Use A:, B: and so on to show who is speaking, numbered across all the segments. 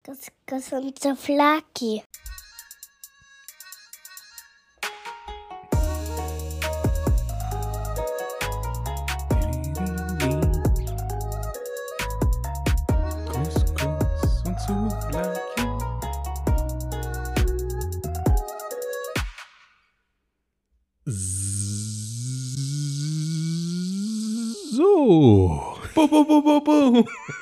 A: Couscous und Souvlaki.
B: Couscous und Souvlaki.
C: So.
B: Bo.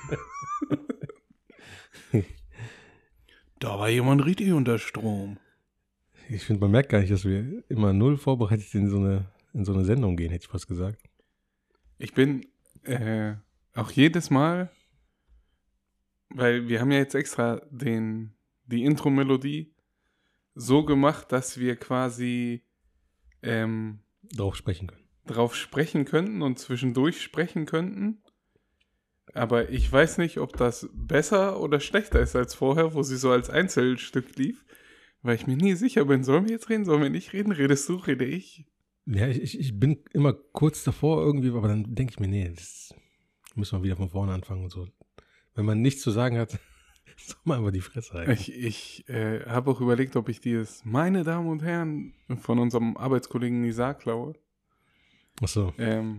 B: Da war jemand richtig unter Strom.
C: Ich finde, man merkt gar nicht, dass wir immer null vorbereitet in so eine Sendung gehen, hätte ich fast gesagt.
B: Ich bin auch jedes Mal, weil wir haben ja jetzt extra die Intro-Melodie so gemacht, dass wir quasi
C: Drauf sprechen können.
B: drauf sprechen könnten und zwischendurch sprechen könnten. Aber ich weiß nicht, ob das besser oder schlechter ist als vorher, wo sie so als Einzelstück lief, weil ich mir nie sicher bin, sollen wir jetzt reden, sollen wir nicht reden, redest du, rede ich?
C: Ja, ich bin immer kurz davor irgendwie, aber dann denke ich mir, nee, das müssen wir wieder von vorne anfangen und so. Wenn man nichts zu sagen hat, soll man einfach die Fresse halten.
B: Ich habe auch überlegt, ob ich dieses meine Damen und Herren von unserem Arbeitskollegen Nizar klaue.
C: Ach so.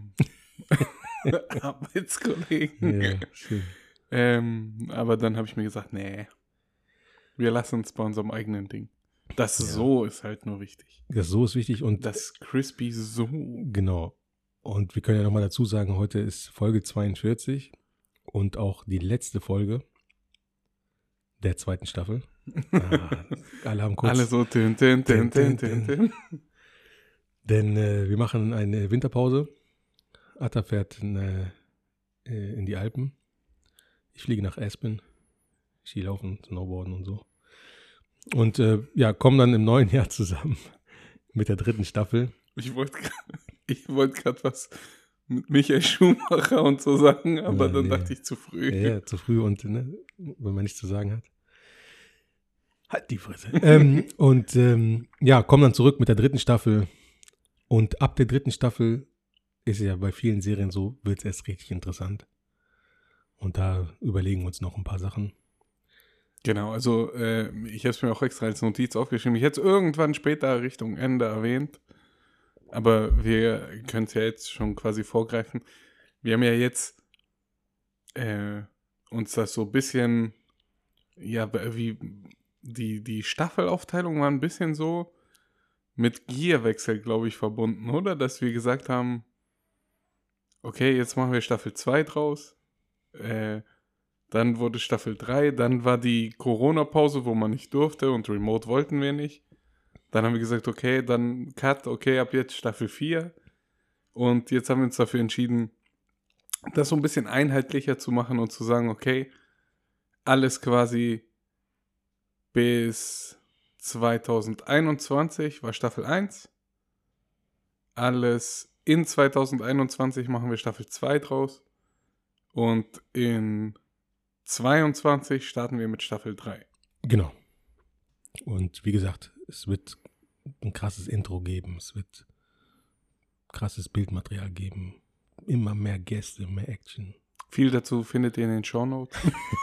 B: Arbeitskollegen.
C: Ja, schön.
B: Aber dann habe ich mir gesagt, nee, wir lassen uns bei unserem eigenen Ding. Das
C: Ja.
B: So ist halt nur wichtig.
C: Das so ist wichtig und
B: Das Crispy so.
C: genau. Und wir können ja nochmal dazu sagen, heute ist Folge 42 und auch die letzte Folge der zweiten Staffel. Alle haben kurz.
B: Alle so tin.
C: Denn wir machen eine Winterpause. Atta fährt in die Alpen. Ich fliege nach Aspen. Skilaufen, Snowboarden und so. Und kommen dann im neuen Jahr zusammen mit der dritten Staffel.
B: Ich wollte gerade was mit Michael Schumacher und so sagen, aber
C: Ja,
B: dann
C: nee.
B: dachte ich zu früh.
C: Ja, zu früh und wenn man nichts zu sagen hat. Halt die Fresse. Kommen dann zurück mit der dritten Staffel. Und ab der dritten Staffel ist ja bei vielen Serien so, wird es erst richtig interessant. Und da überlegen wir uns noch ein paar Sachen.
B: Genau, also ich habe es mir auch extra als Notiz aufgeschrieben. Ich hätte es irgendwann später Richtung Ende erwähnt, aber wir können es ja jetzt schon quasi vorgreifen. Wir haben ja jetzt uns das so ein bisschen, ja, wie die Staffelaufteilung war ein bisschen so mit Gierwechsel, glaube ich, verbunden, oder? Dass wir gesagt haben, okay, jetzt machen wir Staffel 2 draus. Dann wurde Staffel 3, dann war die Corona-Pause, wo man nicht durfte und Remote wollten wir nicht. Dann haben wir gesagt, okay, dann Cut, okay, ab jetzt Staffel 4. Und jetzt haben wir uns dafür entschieden, das so ein bisschen einheitlicher zu machen und zu sagen, okay, alles quasi bis 2021 war Staffel 1. Alles in 2021 machen wir Staffel 2 draus. Und in 22 starten wir mit Staffel 3.
C: Genau. Und wie gesagt, es wird ein krasses Intro geben. Es wird krasses Bildmaterial geben. Immer mehr Gäste, mehr Action.
B: Viel dazu findet ihr in den Shownotes.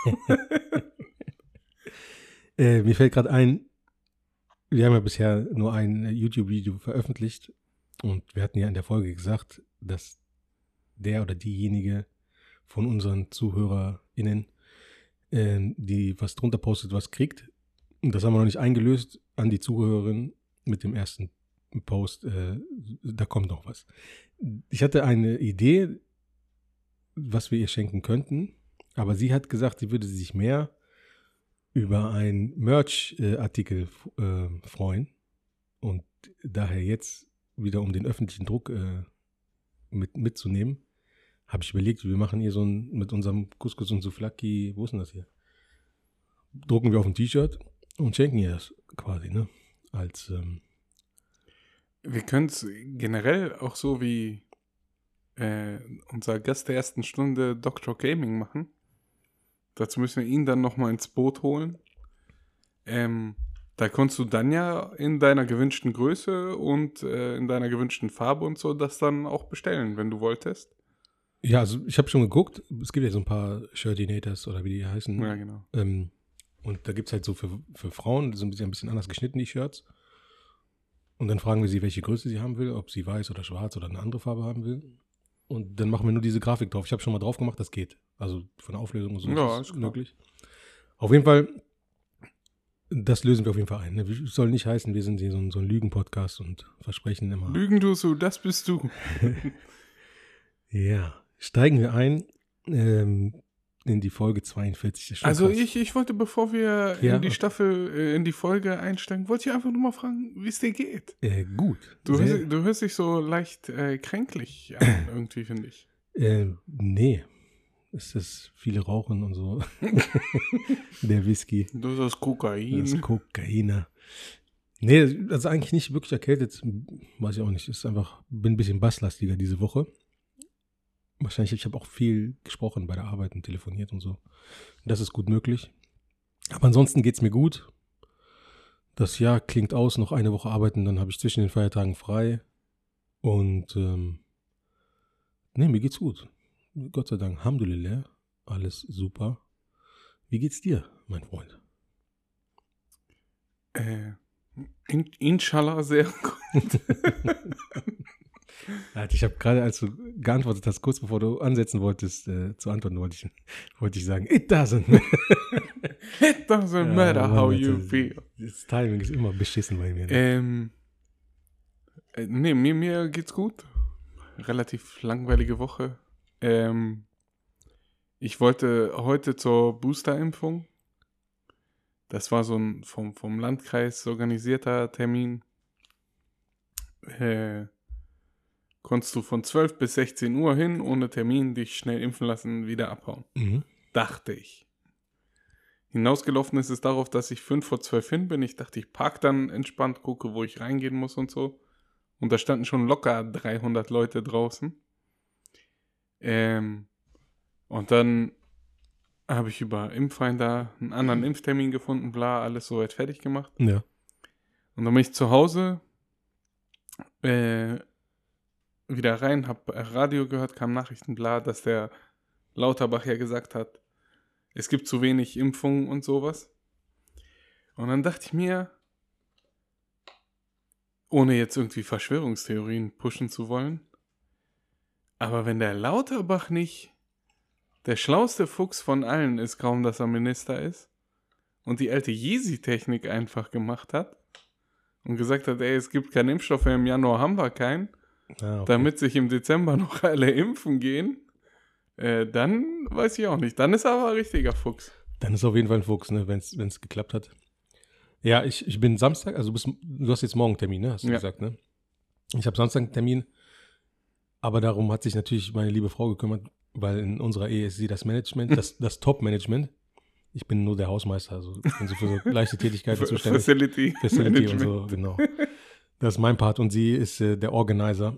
C: Mir fällt gerade ein, wir haben ja bisher nur ein YouTube-Video veröffentlicht und wir hatten ja in der Folge gesagt, dass der oder diejenige von unseren ZuhörerInnen, die was drunter postet, was kriegt. Und das haben wir noch nicht eingelöst an die Zuhörerin mit dem ersten Post. Da kommt noch was. Ich hatte eine Idee, was wir ihr schenken könnten, aber sie hat gesagt, sie würde sich mehr über einen Merch-Artikel freuen und daher jetzt wieder, um den öffentlichen Druck mitzunehmen, habe ich überlegt, wir machen hier so ein, mit unserem Couscous und Souvlaki, wo ist denn das hier? Drucken wir auf ein T-Shirt und schenken ihr das quasi, ne? Als
B: Wir können es generell auch so wie unser Gast der ersten Stunde Dr. Gaming machen. Dazu müssen wir ihn dann nochmal ins Boot holen. Da konntest du dann ja in deiner gewünschten Größe und in deiner gewünschten Farbe und so das dann auch bestellen, wenn du wolltest.
C: ja, also ich habe schon geguckt, es gibt ja so ein paar Shirtinators oder wie die heißen.
B: Ja, genau.
C: Und da gibt es halt so für Frauen, die sind ein bisschen anders geschnitten, die Shirts. Und dann fragen wir sie, welche Größe sie haben will, ob sie weiß oder schwarz oder eine andere Farbe haben will. Und dann machen wir nur diese Grafik drauf. Ich habe schon mal drauf gemacht, das geht. Also von der Auflösung und so
B: Ja,
C: ist
B: ist klar.
C: möglich. Auf jeden Fall, das lösen wir auf jeden Fall ein. Ne? Soll nicht heißen, wir sind hier so ein Lügen-Podcast und versprechen immer.
B: Lügen du so, das bist du.
C: Ja, steigen wir ein in die Folge 42. Ist schon
B: Also
C: krass.
B: ich wollte, bevor wir
C: Ja.
B: in die Staffel, in die Folge einsteigen, wollte ich einfach nur mal fragen, wie es dir geht.
C: Gut.
B: Du
C: Sehr-
B: hörst dich so leicht kränklich an, irgendwie, finde ich.
C: Nee. Es ist viele Rauchen und so. Der Whisky.
B: Du hast das Kokain.
C: Das Kokainer. Nee, also eigentlich nicht wirklich erkältet. Weiß ich auch nicht. Ist einfach, bin ein bisschen basslastiger diese Woche. Wahrscheinlich, ich habe auch viel gesprochen bei der Arbeit und telefoniert und so. Das ist gut möglich. Aber ansonsten geht es mir gut. Das Jahr klingt aus, noch eine Woche arbeiten, dann habe ich zwischen den Feiertagen frei. Und nee, mir geht's gut. Gott sei Dank, Alhamdulillah, alles super. Wie geht's dir, mein Freund?
B: Inshallah sehr gut.
C: Ich habe gerade, als du geantwortet hast, kurz bevor du ansetzen wolltest, zu antworten, wollte ich sagen, it doesn't matter.
B: It doesn't matter how you feel.
C: Das Timing ist immer beschissen bei mir. Ne?
B: Nee, mir geht's gut. Relativ langweilige Woche. Ich wollte heute zur Boosterimpfung. Das war so ein vom Landkreis organisierter Termin. Konntest du von 12 bis 16 Uhr hin, ohne Termin, dich schnell impfen lassen, wieder abhauen. Dachte ich. Hinausgelaufen ist es darauf, dass ich 5 vor 12 hin bin. Ich dachte, ich park dann entspannt, gucke, wo ich reingehen muss und so. Und da standen schon locker 300 Leute draußen. Und dann habe ich über Impffinder einen anderen Impftermin gefunden, bla, alles soweit fertig gemacht.
C: Ja.
B: Und dann bin ich zu Hause wieder rein, habe Radio gehört, kam Nachrichten, bla, dass der Lauterbach ja gesagt hat, es gibt zu wenig Impfungen und sowas. Und dann dachte ich mir, ohne jetzt irgendwie Verschwörungstheorien pushen zu wollen, aber wenn der Lauterbach nicht der schlauste Fuchs von allen ist, kaum dass er Minister ist, und die alte Yeezy-Technik einfach gemacht hat und gesagt hat, ey, es gibt keinen Impfstoff mehr, im Januar haben wir keinen,
C: Okay.
B: damit sich im Dezember noch alle impfen gehen, dann weiß ich auch nicht. Dann ist er aber ein richtiger Fuchs.
C: Dann ist auf jeden Fall ein Fuchs, ne, wenn es geklappt hat. Ja, ich bin Samstag, also du hast jetzt morgen einen Termin, ne? Hast du
B: Ja.
C: gesagt, ne? Ich habe Samstag einen Termin, aber darum hat sich natürlich meine liebe Frau gekümmert, weil in unserer Ehe ist sie das Management, das Top-Management. Ich bin nur der Hausmeister, also ich bin so für so leichte Tätigkeiten zuständig.
B: Facility
C: Facility und
B: Management.
C: so, genau. Das ist mein Part und sie ist der Organizer.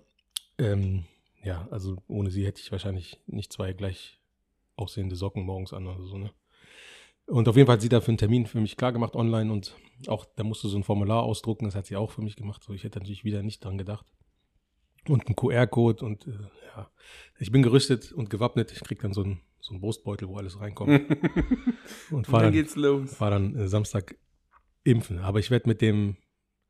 C: Ja, also ohne sie hätte ich wahrscheinlich nicht 2 gleich aussehende Socken morgens an oder so, ne? Und auf jeden Fall hat sie dafür einen Termin für mich klar gemacht online und auch, da musst du so ein Formular ausdrucken, das hat sie auch für mich gemacht. So, ich hätte natürlich wieder nicht dran gedacht. Und ein QR-Code und ja, ich bin gerüstet und gewappnet. Ich krieg dann so einen Brustbeutel, wo alles reinkommt. Und
B: Und
C: fahr
B: dann
C: dann,
B: geht's los.
C: fahr dann Samstag impfen. Aber ich werde mit dem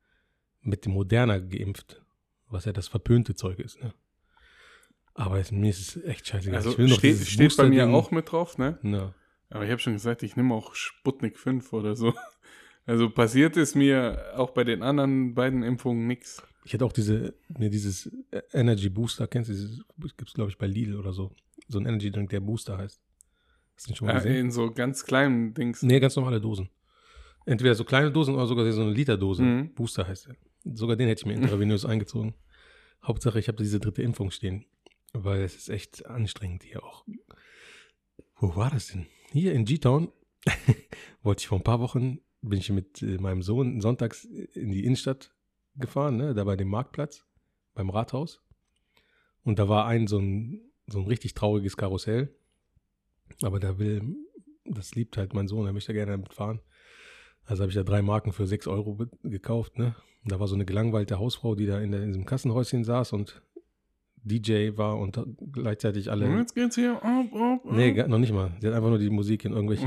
C: Moderna geimpft, was ja das verpönte Zeug ist, ne? Aber mir ist es echt scheißegal.
B: Also
C: ich will noch
B: steht
C: dieses
B: bei mir
C: Booster-Ding.
B: auch mit drauf, ne?
C: Ja.
B: Aber ich habe schon gesagt, ich nehme auch Sputnik 5 oder so. Also passiert ist mir auch bei den anderen beiden Impfungen nichts.
C: Ich hätte auch dieses Energy Booster, kennst du dieses, gibt es glaube ich bei Lidl oder so. So ein Energy Drink, der Booster heißt. Hast du den schon mal gesehen?
B: In so ganz kleinen Dings.
C: Nee, ganz normale Dosen. Entweder so kleine Dosen oder sogar so eine Literdose.
B: Mhm.
C: Booster heißt der. Sogar den hätte ich mir intravenös eingezogen. Hauptsache, ich habe diese 3. Impfung stehen. Weil es ist echt anstrengend hier auch. Wo war das denn? Hier in G-Town wollte ich vor ein paar Wochen, bin ich mit meinem Sohn sonntags in die Innenstadt gefahren, ne, da bei dem Marktplatz, beim Rathaus. Und da war so ein richtig trauriges Karussell. Aber das liebt halt mein Sohn, er möchte gerne damit fahren. Also habe ich da 3 Marken für 6 Euro gekauft, ne. Und da war so eine gelangweilte Hausfrau, die da in diesem Kassenhäuschen saß und DJ war und gleichzeitig alle.
B: Und jetzt geht's hier ab.
C: Nee, noch nicht mal. Sie hat einfach nur die Musik in irgendwelche
B: Also,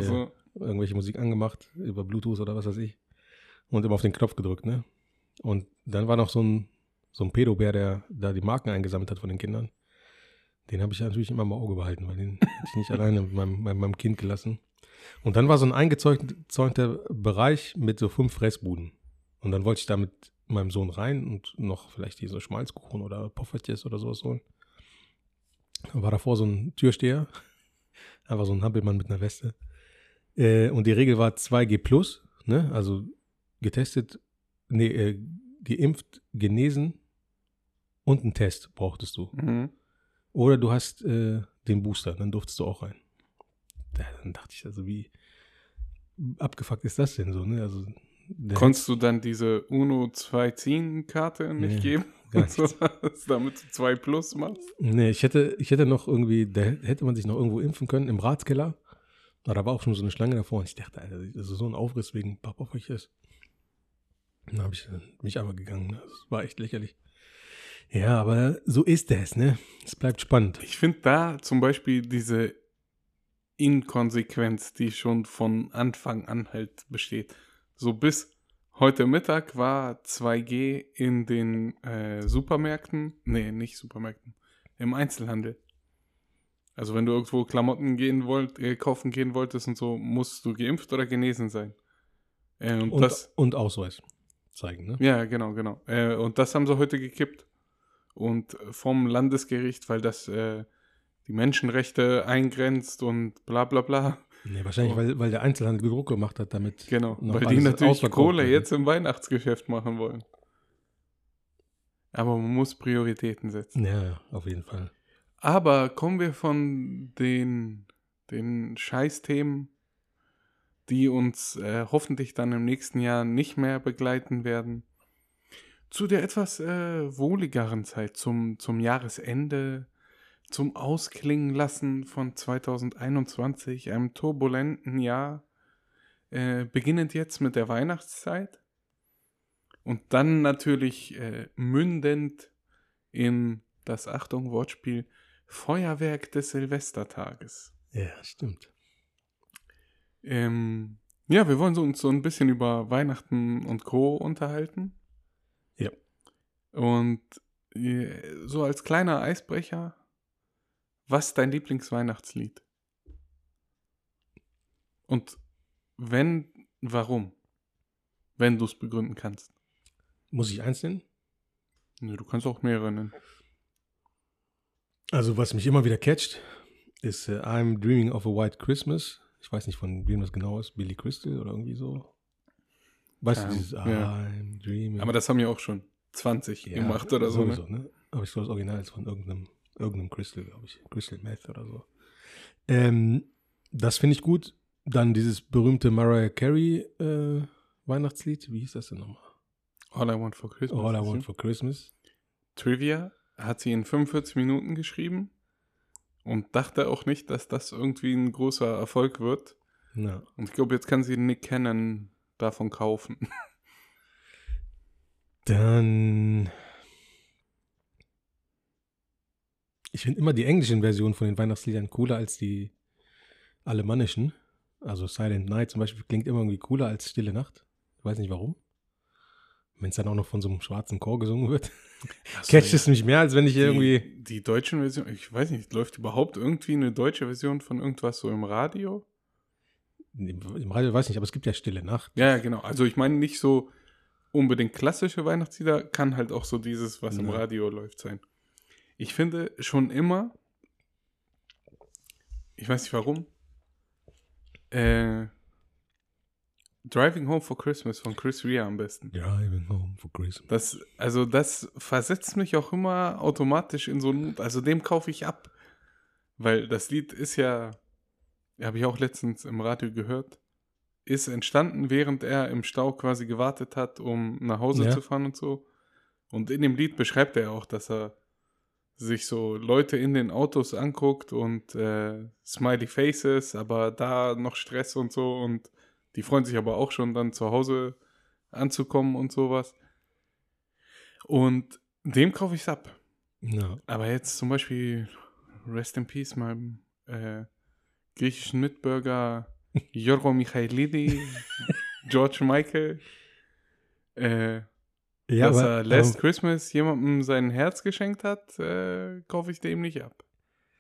C: irgendwelche Musik angemacht, über Bluetooth oder was weiß ich. Und immer auf den Knopf gedrückt, ne? Und dann war noch so ein Pedobär, der da die Marken eingesammelt hat von den Kindern. Den habe ich natürlich immer im Auge behalten, weil den hätte ich nicht alleine mit meinem Kind gelassen. Und dann war so ein eingezäunter Bereich mit so 5 Fressbuden. Und dann wollte ich da mit meinem Sohn rein und noch vielleicht diese Schmalzkuchen oder Poffertjes oder sowas holen. Dann war davor so ein Türsteher, einfach so ein Hampelmann mit einer Weste. Und die Regel war 2G+, ne? Also getestet, geimpft, genesen und einen Test brauchtest du.
B: Mhm.
C: Oder du hast den Booster, dann durftest du auch rein. Dann dachte ich, also wie abgefuckt ist das denn so, ne? Also,
B: konntest du dann diese UNO-2-Ziehen-Karte nicht
C: Nee,
B: geben?
C: gar
B: Und so, damit du 2+ machst?
C: Nee, ich hätte noch irgendwie, da hätte man sich noch irgendwo impfen können, im Ratskeller. Aber da war auch schon so eine Schlange davor und ich dachte, Alter, das ist so ein Aufriss wegen Papa-Feuchtes. Dann habe ich mich aber gegangen. Das war echt lächerlich. Ja, aber so ist das, ne? Es bleibt spannend.
B: Ich finde da zum Beispiel diese Inkonsequenz, die schon von Anfang an halt besteht. So bis heute Mittag war 2G in den Supermärkten, nee, nicht Supermärkten, im Einzelhandel. Also wenn du irgendwo Klamotten kaufen gehen wolltest und so, musst du geimpft oder genesen sein.
C: Und Ausweis zeigen, ne?
B: Ja, genau. Und das haben sie heute gekippt. Und vom Landesgericht, weil das die Menschenrechte eingrenzt und bla bla bla.
C: Nee, wahrscheinlich, weil der Einzelhandel Druck gemacht hat, damit.
B: Genau,
C: noch
B: weil die
C: alles
B: natürlich
C: ausverkauft
B: Kohle
C: wird.
B: jetzt im Weihnachtsgeschäft machen wollen. Aber man muss Prioritäten setzen.
C: Ja, auf jeden Fall.
B: Aber kommen wir von den Scheißthemen, die uns hoffentlich dann im nächsten Jahr nicht mehr begleiten werden, zu der etwas wohligeren Zeit, zum Jahresende, zum Ausklingen lassen von 2021, einem turbulenten Jahr, beginnend jetzt mit der Weihnachtszeit und dann natürlich mündend in das, Achtung, Wortspiel, Feuerwerk des Silvestertages.
C: Ja, stimmt.
B: Ja, wir wollen uns so ein bisschen über Weihnachten und Co. unterhalten.
C: Ja.
B: Und so als kleiner Eisbrecher, was ist dein Lieblingsweihnachtslied? Und wenn, warum? Wenn du es begründen kannst.
C: Muss ich eins nennen?
B: Nö, du kannst auch mehrere nennen.
C: Also, was mich immer wieder catcht, ist I'm Dreaming of a White Christmas. Ich weiß nicht, von wem das genau ist. Billy Crystal oder irgendwie so. Weißt du, dieses
B: ja.
C: I'm Dreaming.
B: Aber das haben ja auch schon 20 gemacht oder so.
C: Sowieso, ne? Aber ich glaube, das Original ist von irgendeinem Crystal, glaube ich. Crystal Meth oder so. Das finde ich gut. Dann dieses berühmte Mariah Carey Weihnachtslied. Wie hieß das denn nochmal?
B: All I Want for Christmas.
C: All I Want for Christmas.
B: Trivia hat sie in 45 Minuten geschrieben und dachte auch nicht, dass das irgendwie ein großer Erfolg wird.
C: Ja.
B: Und ich glaube, jetzt kann sie Nick Cannon davon kaufen.
C: Dann. Ich finde immer die englischen Versionen von den Weihnachtsliedern cooler als die alemannischen. Also Silent Night zum Beispiel klingt immer irgendwie cooler als Stille Nacht. Ich weiß nicht warum. Wenn es dann auch noch von so einem schwarzen Chor gesungen wird, catcht es mich mehr, als wenn ich irgendwie.
B: Die deutschen Version, ich weiß nicht, läuft überhaupt irgendwie eine deutsche Version von irgendwas so im Radio?
C: Im Radio weiß ich nicht, aber es gibt ja Stille Nacht.
B: Ja, genau. Also ich meine nicht so unbedingt klassische Weihnachtslieder, kann halt auch so dieses, was im Radio läuft, sein. Ich finde schon immer, ich weiß nicht warum, Driving Home for Christmas von Chris Rea am besten.
C: Driving Home for Christmas.
B: Das versetzt mich auch immer automatisch in so einen Mut. Also dem kaufe ich ab. Weil das Lied ist ja, habe ich auch letztens im Radio gehört, ist entstanden, während er im Stau quasi gewartet hat, um nach Hause zu fahren und so. Und in dem Lied beschreibt er auch, dass er sich so Leute in den Autos anguckt und Smiley Faces, aber da noch Stress und so und die freuen sich aber auch schon dann zu Hause anzukommen und sowas. Und dem kaufe ich es ab.
C: Ja.
B: Aber jetzt zum Beispiel Rest in Peace, meinem griechischen Mitbürger Jorgo Michailidis, George Michael,
C: Ja,
B: dass
C: aber,
B: er Last Christmas jemandem sein Herz geschenkt hat, kaufe ich dem nicht ab.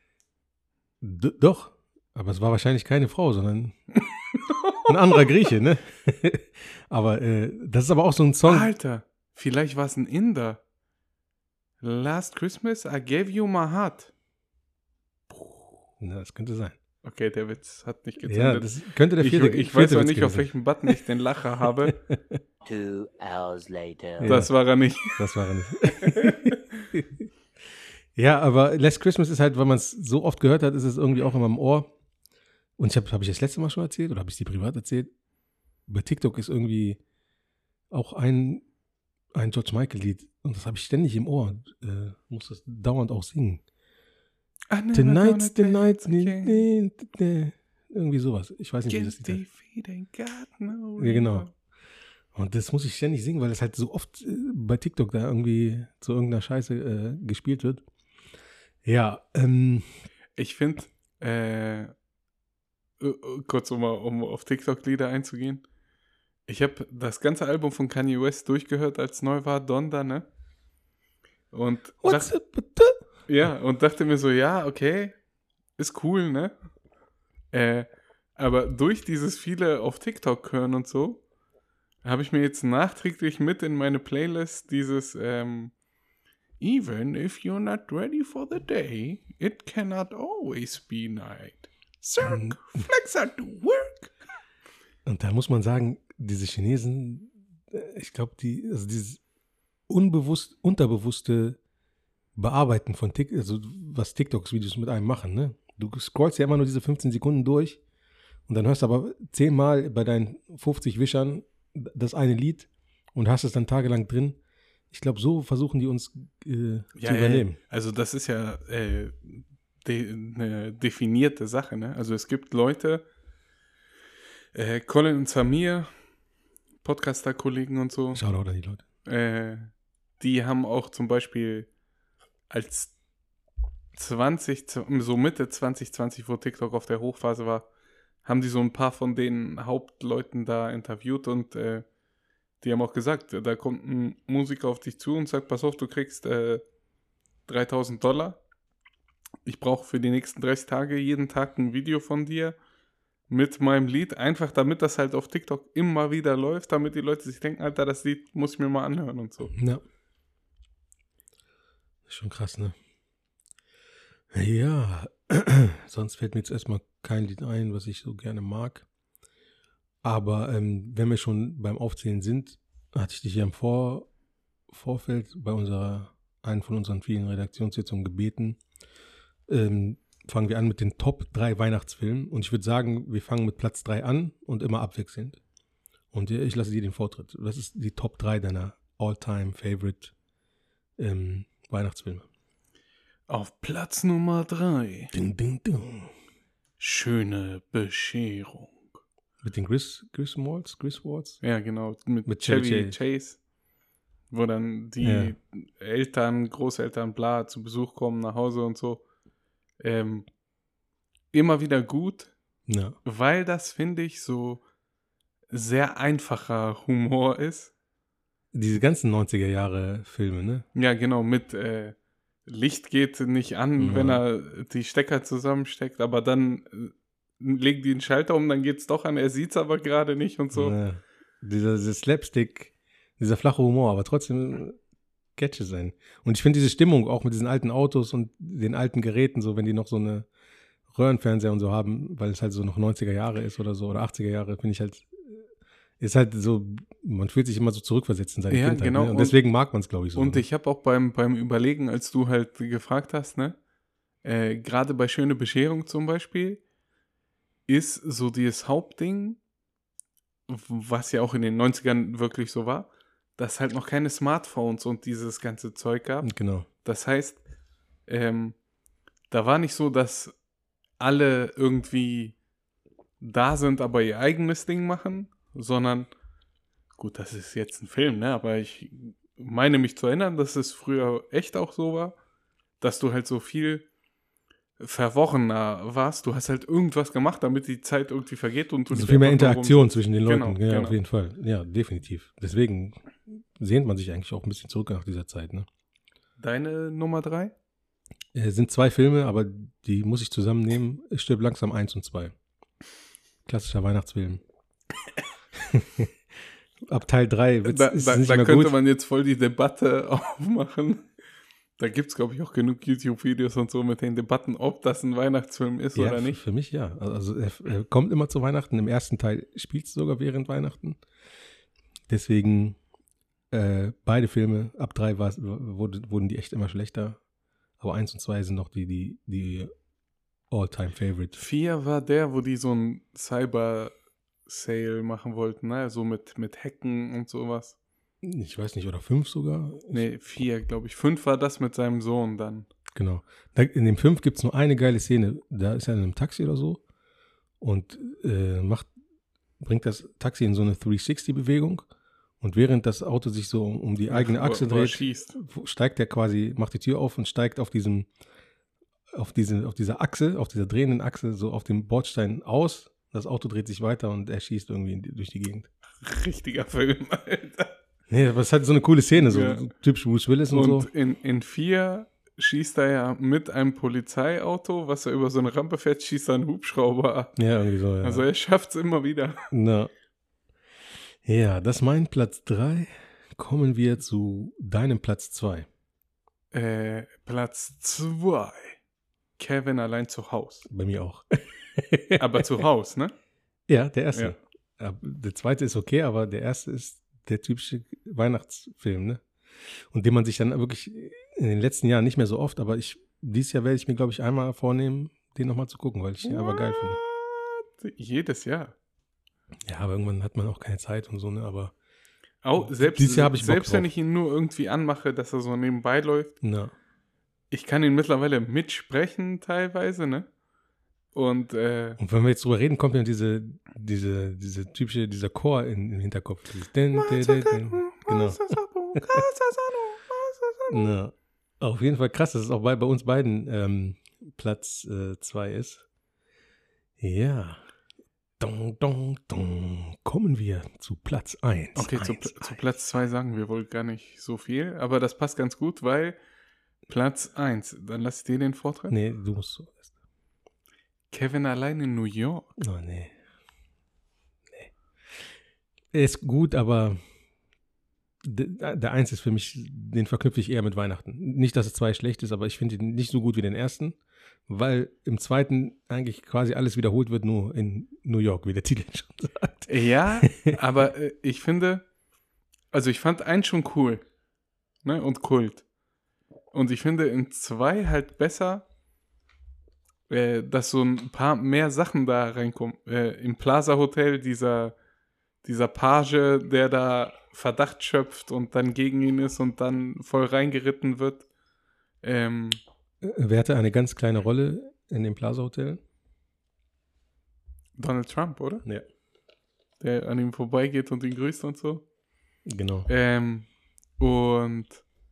C: Doch, aber es war wahrscheinlich keine Frau, sondern ein anderer Grieche, ne? Aber das ist aber auch so ein Song.
B: Alter, vielleicht war es ein Inder. Last Christmas, I gave you my heart.
C: Na, das könnte sein.
B: Okay, der Witz hat nicht
C: Ja,
B: gezündet.
C: das könnte der
B: ich
C: vierte
B: ich
C: vierte
B: weiß auch
C: Witz
B: nicht, auf
C: gewesen
B: welchem Button ich den Lacher habe.
D: 2 hours later.
C: Ja.
B: Das war er nicht.
C: Das war er nicht. Ja, aber Last Christmas ist halt, weil man es so oft gehört hat, ist es irgendwie auch immer im Ohr. Und habe ich das letzte Mal schon erzählt oder habe ich es dir privat erzählt? Bei TikTok ist irgendwie auch ein George Michael-Lied und das habe ich ständig im Ohr und muss das dauernd auch singen. Tonight's the night. Irgendwie sowas. Ich weiß nicht, wie das Lied heißt. Ja, genau. Und das muss ich ständig singen, weil das halt so oft bei TikTok da irgendwie zu irgendeiner Scheiße gespielt wird. Ja,
B: Ich finde, kurz um auf TikTok-Lieder einzugehen, ich habe das ganze Album von Kanye West durchgehört, als neu war, Donda, ne? Und dachte mir so, ja, okay, ist cool, ne? Aber durch dieses viele auf TikTok hören und so, habe ich mir jetzt nachträglich mit in meine Playlist dieses Even if you're not ready for the day, it cannot always be night. Cirque, flex at work.
C: Und da muss man sagen, diese Chinesen, ich glaube, also dieses unterbewusste Bearbeiten von TikTok, also was TikToks-Videos mit einem machen, ne? Du scrollst ja immer nur diese 15 Sekunden durch und dann hörst du aber 10-mal bei deinen 50 Wischern das eine Lied und hast es dann tagelang drin. Ich glaube, so versuchen die uns zu übernehmen.
B: Also das ist ja eine definierte Sache, ne? Also es gibt Leute, Colin und Samir, Podcaster-Kollegen und so.
C: Shoutout an die Leute.
B: Die haben auch zum Beispiel als so Mitte 2020, wo TikTok auf der Hochphase war, haben die so ein paar von den Hauptleuten da interviewt und die haben auch gesagt, da kommt ein Musiker auf dich zu und sagt, pass auf, du kriegst $3.000. Ich brauche für die nächsten 30 Tage jeden Tag ein Video von dir mit meinem Lied, einfach damit das halt auf TikTok immer wieder läuft, damit die Leute sich denken, Alter, das Lied muss ich mir mal anhören und so.
C: Ja. Das ist schon krass, ne? Ja, sonst fällt mir jetzt erstmal kein Lied ein, was ich so gerne mag. Aber wenn wir schon beim Aufzählen sind, hatte ich dich ja im Vorfeld bei einen von unseren vielen Redaktionssitzungen gebeten, fangen wir an mit den Top 3 Weihnachtsfilmen. Und ich würde sagen, wir fangen mit Platz 3 an und immer abwechselnd. Und ich lasse dir den Vortritt. Was ist die Top 3 deiner All-Time-Favorite Weihnachtsfilme?
B: Auf Platz Nummer 3.
C: Ding, ding, ding.
B: Schöne Bescherung.
C: Mit den Griswolds?
B: Ja, genau. Mit
C: Chevy
B: Chevy Chase. Wo dann die Eltern, Großeltern, bla, zu Besuch kommen nach Hause und so. Immer wieder gut,
C: Ja.
B: weil das, finde ich, so sehr einfacher Humor ist.
C: Diese ganzen 90er-Jahre-Filme, ne?
B: Ja, genau, mit Licht geht nicht an,
C: Ja.
B: wenn er die Stecker zusammensteckt, aber dann legen die den Schalter um, dann geht's doch an, er sieht's aber gerade nicht und so.
C: Ja. Dieser Slapstick, dieser flache Humor, aber trotzdem Sketche sein. Und ich finde diese Stimmung auch mit diesen alten Autos und den alten Geräten, so wenn die noch so eine Röhrenfernseher und so haben, weil es halt so noch 90er Jahre ist oder so oder 80er Jahre, finde ich halt, ist halt so, man fühlt sich immer so zurückversetzt in seine
B: Ja,
C: Kindheit.
B: genau.
C: Ne? Und deswegen mag man es, glaube ich, so.
B: Und ich habe auch beim Überlegen, als du halt gefragt hast, ne, gerade bei Schöne Bescherung zum Beispiel, ist so dieses Hauptding, was ja auch in den 90ern wirklich so war, dass halt noch keine Smartphones und dieses ganze Zeug gab.
C: Genau.
B: Das heißt, da war nicht so, dass alle irgendwie da sind, aber ihr eigenes Ding machen, sondern, gut, das ist jetzt ein Film, ne, aber ich meine mich zu erinnern, dass es früher echt auch so war, dass du halt so viel verworrener warst. Du hast halt irgendwas gemacht, damit die Zeit irgendwie vergeht und du
C: Also
B: nicht
C: viel mehr
B: einfach nur
C: Interaktion
B: rumsitzt.
C: zwischen den Leuten.
B: Genau,
C: Ja,
B: genau.
C: auf jeden Fall. Ja, definitiv. Deswegen sehnt man sich eigentlich auch ein bisschen zurück nach dieser Zeit. Ne?
B: Deine Nummer 3?
C: Es sind 2 Filme, aber die muss ich zusammennehmen. Ich stirb langsam 1 und 2. Klassischer Weihnachtsfilm. Ab Teil 3 ist es nicht
B: Da
C: mehr
B: könnte
C: gut.
B: man jetzt voll die Debatte aufmachen. Da gibt es, glaube ich, auch genug YouTube-Videos und so mit den Debatten, ob das ein Weihnachtsfilm ist
C: Ja,
B: oder nicht.
C: für mich ja. Also er kommt immer zu Weihnachten. Im ersten Teil spielt es sogar während Weihnachten. Deswegen beide Filme, ab 3 wurden die echt immer schlechter. Aber 1 und 2 sind noch die All-Time-Favorite.
B: 4 war der, wo die so ein Cyber-Sale machen wollten, ne? So mit Hacken und sowas.
C: Ich weiß nicht, oder 5 sogar.
B: Nee, 4, glaube ich. 5 war das mit seinem Sohn dann.
C: Genau. In dem 5 gibt es nur eine geile Szene. Da ist er in einem Taxi oder so und bringt das Taxi in so eine 360-Bewegung. Und während das Auto sich so um die eigene Achse
B: Wo er
C: dreht,
B: schießt.
C: steigt er quasi, macht die Tür auf und steigt auf dieser Achse, auf dieser drehenden Achse, so auf dem Bordstein aus. Das Auto dreht sich weiter und er schießt irgendwie durch die Gegend.
B: Richtiger Film, Alter.
C: Nee, aber es ist halt so eine coole Szene, so
B: Ja.
C: typisch Bruce Willis und so.
B: Und in 4 schießt er ja mit einem Polizeiauto, was er über so eine Rampe fährt, schießt er einen Hubschrauber ab.
C: Ja, irgendwie so, ja.
B: Also er schafft es immer wieder.
C: Na. Ja, das ist mein Platz 3. Kommen wir zu deinem Platz 2.
B: Platz 2. Kevin allein zu Haus.
C: Bei mir auch.
B: Aber zu Haus, ne?
C: Ja, der erste. Ja, der zweite ist okay, aber der erste ist der typische Weihnachtsfilm, ne? Und den man sich dann wirklich in den letzten Jahren nicht mehr so oft, aber dieses Jahr werde ich mir, glaube ich, einmal vornehmen, den nochmal zu gucken, weil ich den einfach geil finde.
B: Jedes Jahr.
C: Ja, aber irgendwann hat man auch keine Zeit und so, ne? Aber
B: Selbst
C: Dieses Jahr hab ich Bock
B: selbst wenn
C: drauf.
B: ich ihn nur irgendwie anmache, dass er so nebenbei läuft,
C: na,
B: ich kann ihn mittlerweile mitsprechen teilweise, ne? Und
C: und wenn wir jetzt drüber reden, kommt ja diese typische, dieser Chor im Hinterkopf. Dieses Genau. Na, auf jeden Fall krass, dass es auch bei uns beiden Platz 2 ist. Ja. Dong, dong, dong. Kommen wir zu Platz 1.
B: okay, zu Platz 2 sagen wir wohl gar nicht so viel, aber das passt ganz gut, weil Platz 1, dann lass ich dir den Vortrag.
C: Nee, du musst so.
B: Kevin allein in New York.
C: Oh, nee. Er ist gut, aber der 1 ist für mich, den verknüpfe ich eher mit Weihnachten. Nicht, dass es 2 schlecht ist, aber ich finde ihn nicht so gut wie den ersten, weil im zweiten eigentlich quasi alles wiederholt wird, nur in New York, wie der Titel schon sagt.
B: Ja, aber ich finde, also ich fand einen schon cool, ne, und Kult. Und ich finde in 2 halt besser, dass so ein paar mehr Sachen da reinkommen. Im Plaza Hotel dieser Page, der da Verdacht schöpft und dann gegen ihn ist und dann voll reingeritten wird.
C: Wer hatte eine ganz kleine Rolle in dem Plaza Hotel?
B: Donald Trump, oder?
C: Ja.
B: Der an ihm vorbeigeht und ihn grüßt und so.
C: Genau.
B: Und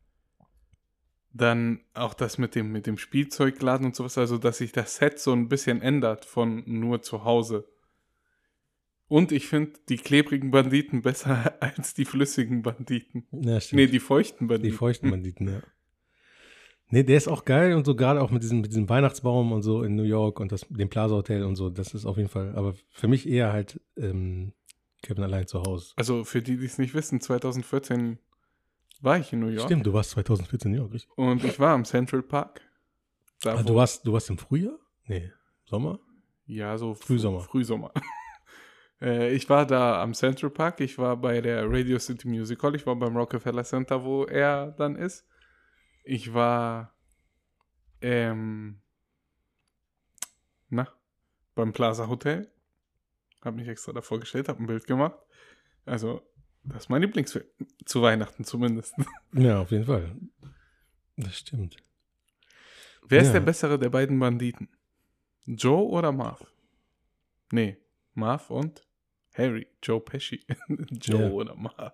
B: dann auch das mit dem Spielzeugladen und sowas, also dass sich das Set so ein bisschen ändert von nur zu Hause. Und ich finde die klebrigen Banditen besser als die flüssigen Banditen.
C: Ja, stimmt.
B: Nee, die feuchten Banditen.
C: Die feuchten Banditen, ja. Nee, der ist auch geil und so gerade auch mit diesem Weihnachtsbaum und so in New York und dem Plaza Hotel und so, das ist auf jeden Fall, aber für mich eher halt Kevin allein zu Hause.
B: Also für die es nicht wissen, 2014 war ich in New York.
C: Stimmt, du warst 2014 in New York, richtig?
B: Und ich war am Central Park. Da,
C: Ah, du warst im Frühjahr? Nee, Sommer?
B: Ja, so
C: Frühsommer.
B: Frühsommer. Ich war da am Central Park, ich war bei der Radio City Music Hall, ich war beim Rockefeller Center, wo er dann ist. Ich war beim Plaza Hotel. Hab mich extra davor gestellt, hab ein Bild gemacht. Also, das ist mein Lieblingsfilm. Zu Weihnachten zumindest.
C: Ja, auf jeden Fall. Das stimmt.
B: Wer ist
C: Ja.
B: der bessere der beiden Banditen? Joe oder Marv? Nee, Marv und Harry. Joe Pesci. Joe
C: Ja.
B: oder Marv?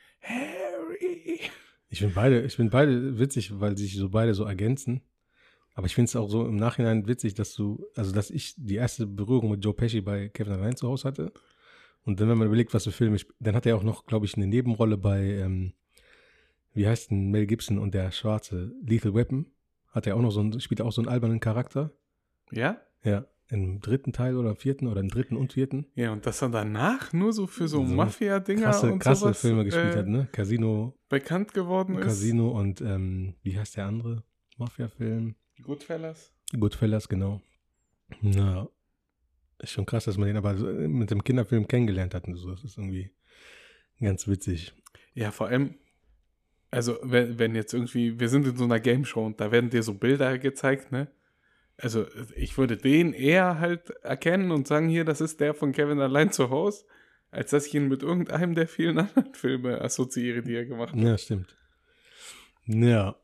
B: Harry.
C: Ich finde beide witzig, weil sich so beide so ergänzen. Aber ich finde es auch so im Nachhinein witzig, dass ich die erste Berührung mit Joe Pesci bei Kevin allein zu Hause hatte. Und dann, wenn man überlegt, was für Filme dann hat er auch noch, glaube ich, eine Nebenrolle bei, wie heißt denn Mel Gibson und der Schwarze, Lethal Weapon. Hat er auch noch spielt er auch so einen albernen Charakter.
B: Ja?
C: Ja, im 3. Teil oder im 4. oder im 3. und 4.
B: Ja, und dass er danach nur so für so
C: So
B: Mafia-Dinger und
C: krasse
B: sowas
C: Filme gespielt hat, ne? Casino
B: bekannt geworden ist.
C: und wie heißt der andere Mafia-Film? Goodfellas, genau. Na, ist schon krass, dass man den aber so mit dem Kinderfilm kennengelernt hat und so. Das ist irgendwie ganz witzig.
B: Ja, vor allem, also wenn jetzt irgendwie, wir sind in so einer Game-Show und da werden dir so Bilder gezeigt, ne? Also ich würde den eher halt erkennen und sagen, hier, das ist der von Kevin allein zu Hause, als dass ich ihn mit irgendeinem der vielen anderen Filme assoziiere, die er gemacht hat.
C: Ja, stimmt. Ja.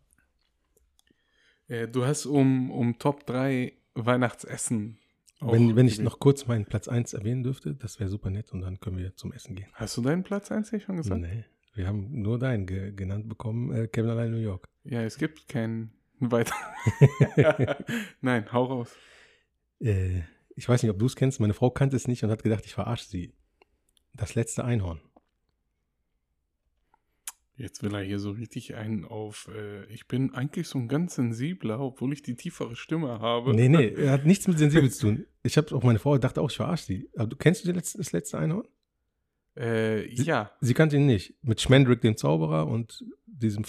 B: Du hast um Top 3 Weihnachtsessen.
C: Wenn ich noch kurz meinen Platz 1 erwähnen dürfte, das wäre super nett und dann können wir zum Essen gehen.
B: Hast du deinen Platz 1 nicht schon gesagt?
C: Nee, wir haben nur deinen genannt bekommen, Kevin allein in New York.
B: Ja, es gibt keinen weiter. Nein, hau raus.
C: Ich weiß nicht, ob du es kennst, meine Frau kannte es nicht und hat gedacht, ich verarsche sie. Das letzte Einhorn.
B: Jetzt will er hier so richtig einen auf, ich bin eigentlich so ein ganz sensibler, obwohl ich die tiefere Stimme habe.
C: Nee, er hat nichts mit sensibel zu tun. Ich habe auch meine Frau dachte auch, ich verarsche sie. Aber kennst du das letzte Einhorn?
B: Ja.
C: Sie kannte ihn nicht. Mit Schmendrick, dem Zauberer und diesem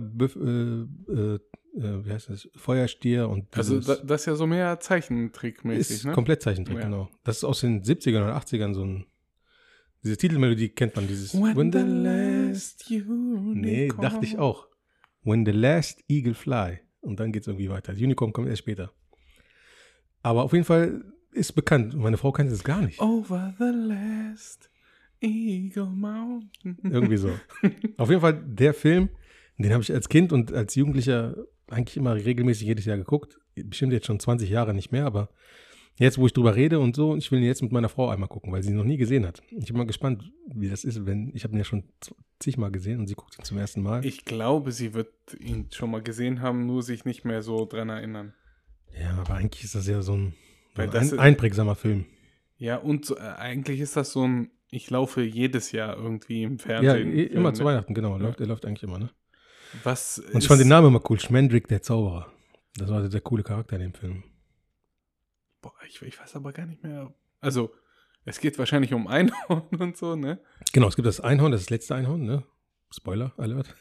C: wie heißt das? Feuerstier und
B: Also das ist ja so mehr Zeichentrickmäßig,
C: ist
B: ne?
C: komplett Zeichentrick,
B: Ja.
C: genau. Das ist aus den 70ern oder 80ern so ein diese Titelmelodie kennt man, dieses
B: When the last unicorn.
C: Nee, dachte ich auch. When the last eagle fly. Und dann geht es irgendwie weiter. Das Unicorn kommt erst später. Aber auf jeden Fall ist bekannt. Meine Frau kannte es gar nicht.
B: Over the last eagle mountain.
C: Irgendwie so. Auf jeden Fall der Film, den habe ich als Kind und als Jugendlicher eigentlich immer regelmäßig jedes Jahr geguckt. Bestimmt jetzt schon 20 Jahre nicht mehr, aber jetzt, wo ich drüber rede und so, ich will ihn jetzt mit meiner Frau einmal gucken, weil sie ihn noch nie gesehen hat. Ich bin mal gespannt, wie das ist, ich habe ihn ja schon zigmal gesehen und sie guckt ihn zum ersten Mal.
B: Ich glaube, sie wird ihn schon mal gesehen haben, nur sich nicht mehr so dran erinnern.
C: Ja, aber eigentlich ist das ja so ein
B: Weil
C: einprägsamer Film.
B: Ja, und so, eigentlich ist das so ein, ich laufe jedes Jahr irgendwie im Fernsehen.
C: Ja, immer zu
B: ne?
C: Weihnachten, genau.
B: Ja.
C: Er läuft eigentlich immer, ne?
B: Und
C: ich fand den Namen immer cool. Schmendrick, der Zauberer. Das war der coole Charakter in dem Film.
B: Boah, ich weiß aber gar nicht mehr. Also, es geht wahrscheinlich um Einhorn und so, ne?
C: Genau, es gibt das Einhorn, das letzte Einhorn, ne? Spoiler Alert.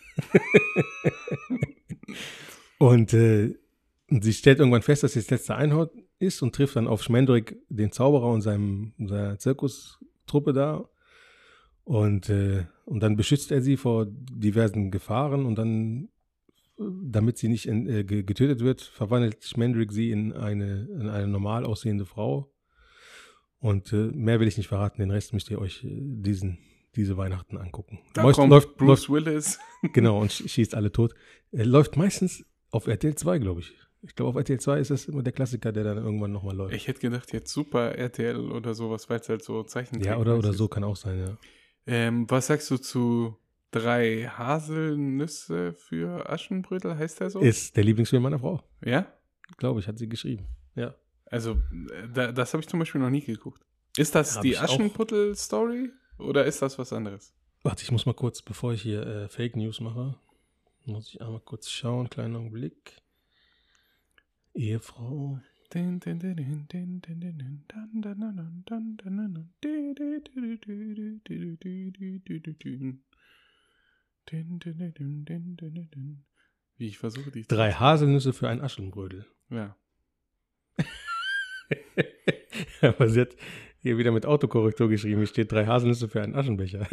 C: und sie stellt irgendwann fest, dass sie das letzte Einhorn ist und trifft dann auf Schmendrick, den Zauberer und seiner Zirkustruppe da. Und dann beschützt er sie vor diversen Gefahren und dann, damit sie nicht getötet wird, verwandelt Schmendrick sie in eine normal aussehende Frau. Und mehr will ich nicht verraten, den Rest müsst ihr euch diese Weihnachten angucken.
B: Da kommt Bruce Willis.
C: Genau, und schießt alle tot. Läuft meistens auf RTL 2, glaube ich. Ich glaube, auf RTL 2 ist das immer der Klassiker, der dann irgendwann nochmal läuft.
B: Ich hätte gedacht, jetzt Super RTL oder sowas, weil es halt so Zeichentrick
C: Ja, oder so kann auch sein, ja.
B: Was sagst du zu 3 Haselnüsse für Aschenbrödel? Heißt der so?
C: Ist der Lieblingsfilm meiner Frau.
B: Ja?
C: Glaube ich, hat sie geschrieben. Ja.
B: Also, das habe ich zum Beispiel noch nie geguckt. Ist das die Aschenputtel-Story oder ist das was anderes?
C: Warte, ich muss mal kurz, bevor ich hier Fake News mache, muss ich einmal kurz schauen, kleinen Augenblick. Ehefrau.
B: Wie ich versuche die
C: 3 Haselnüsse für ein Aschenbrödel.
B: Ja.
C: Aber sie hat hier wieder mit Autokorrektur geschrieben, hier steht 3 Haselnüsse für einen Aschenbecher.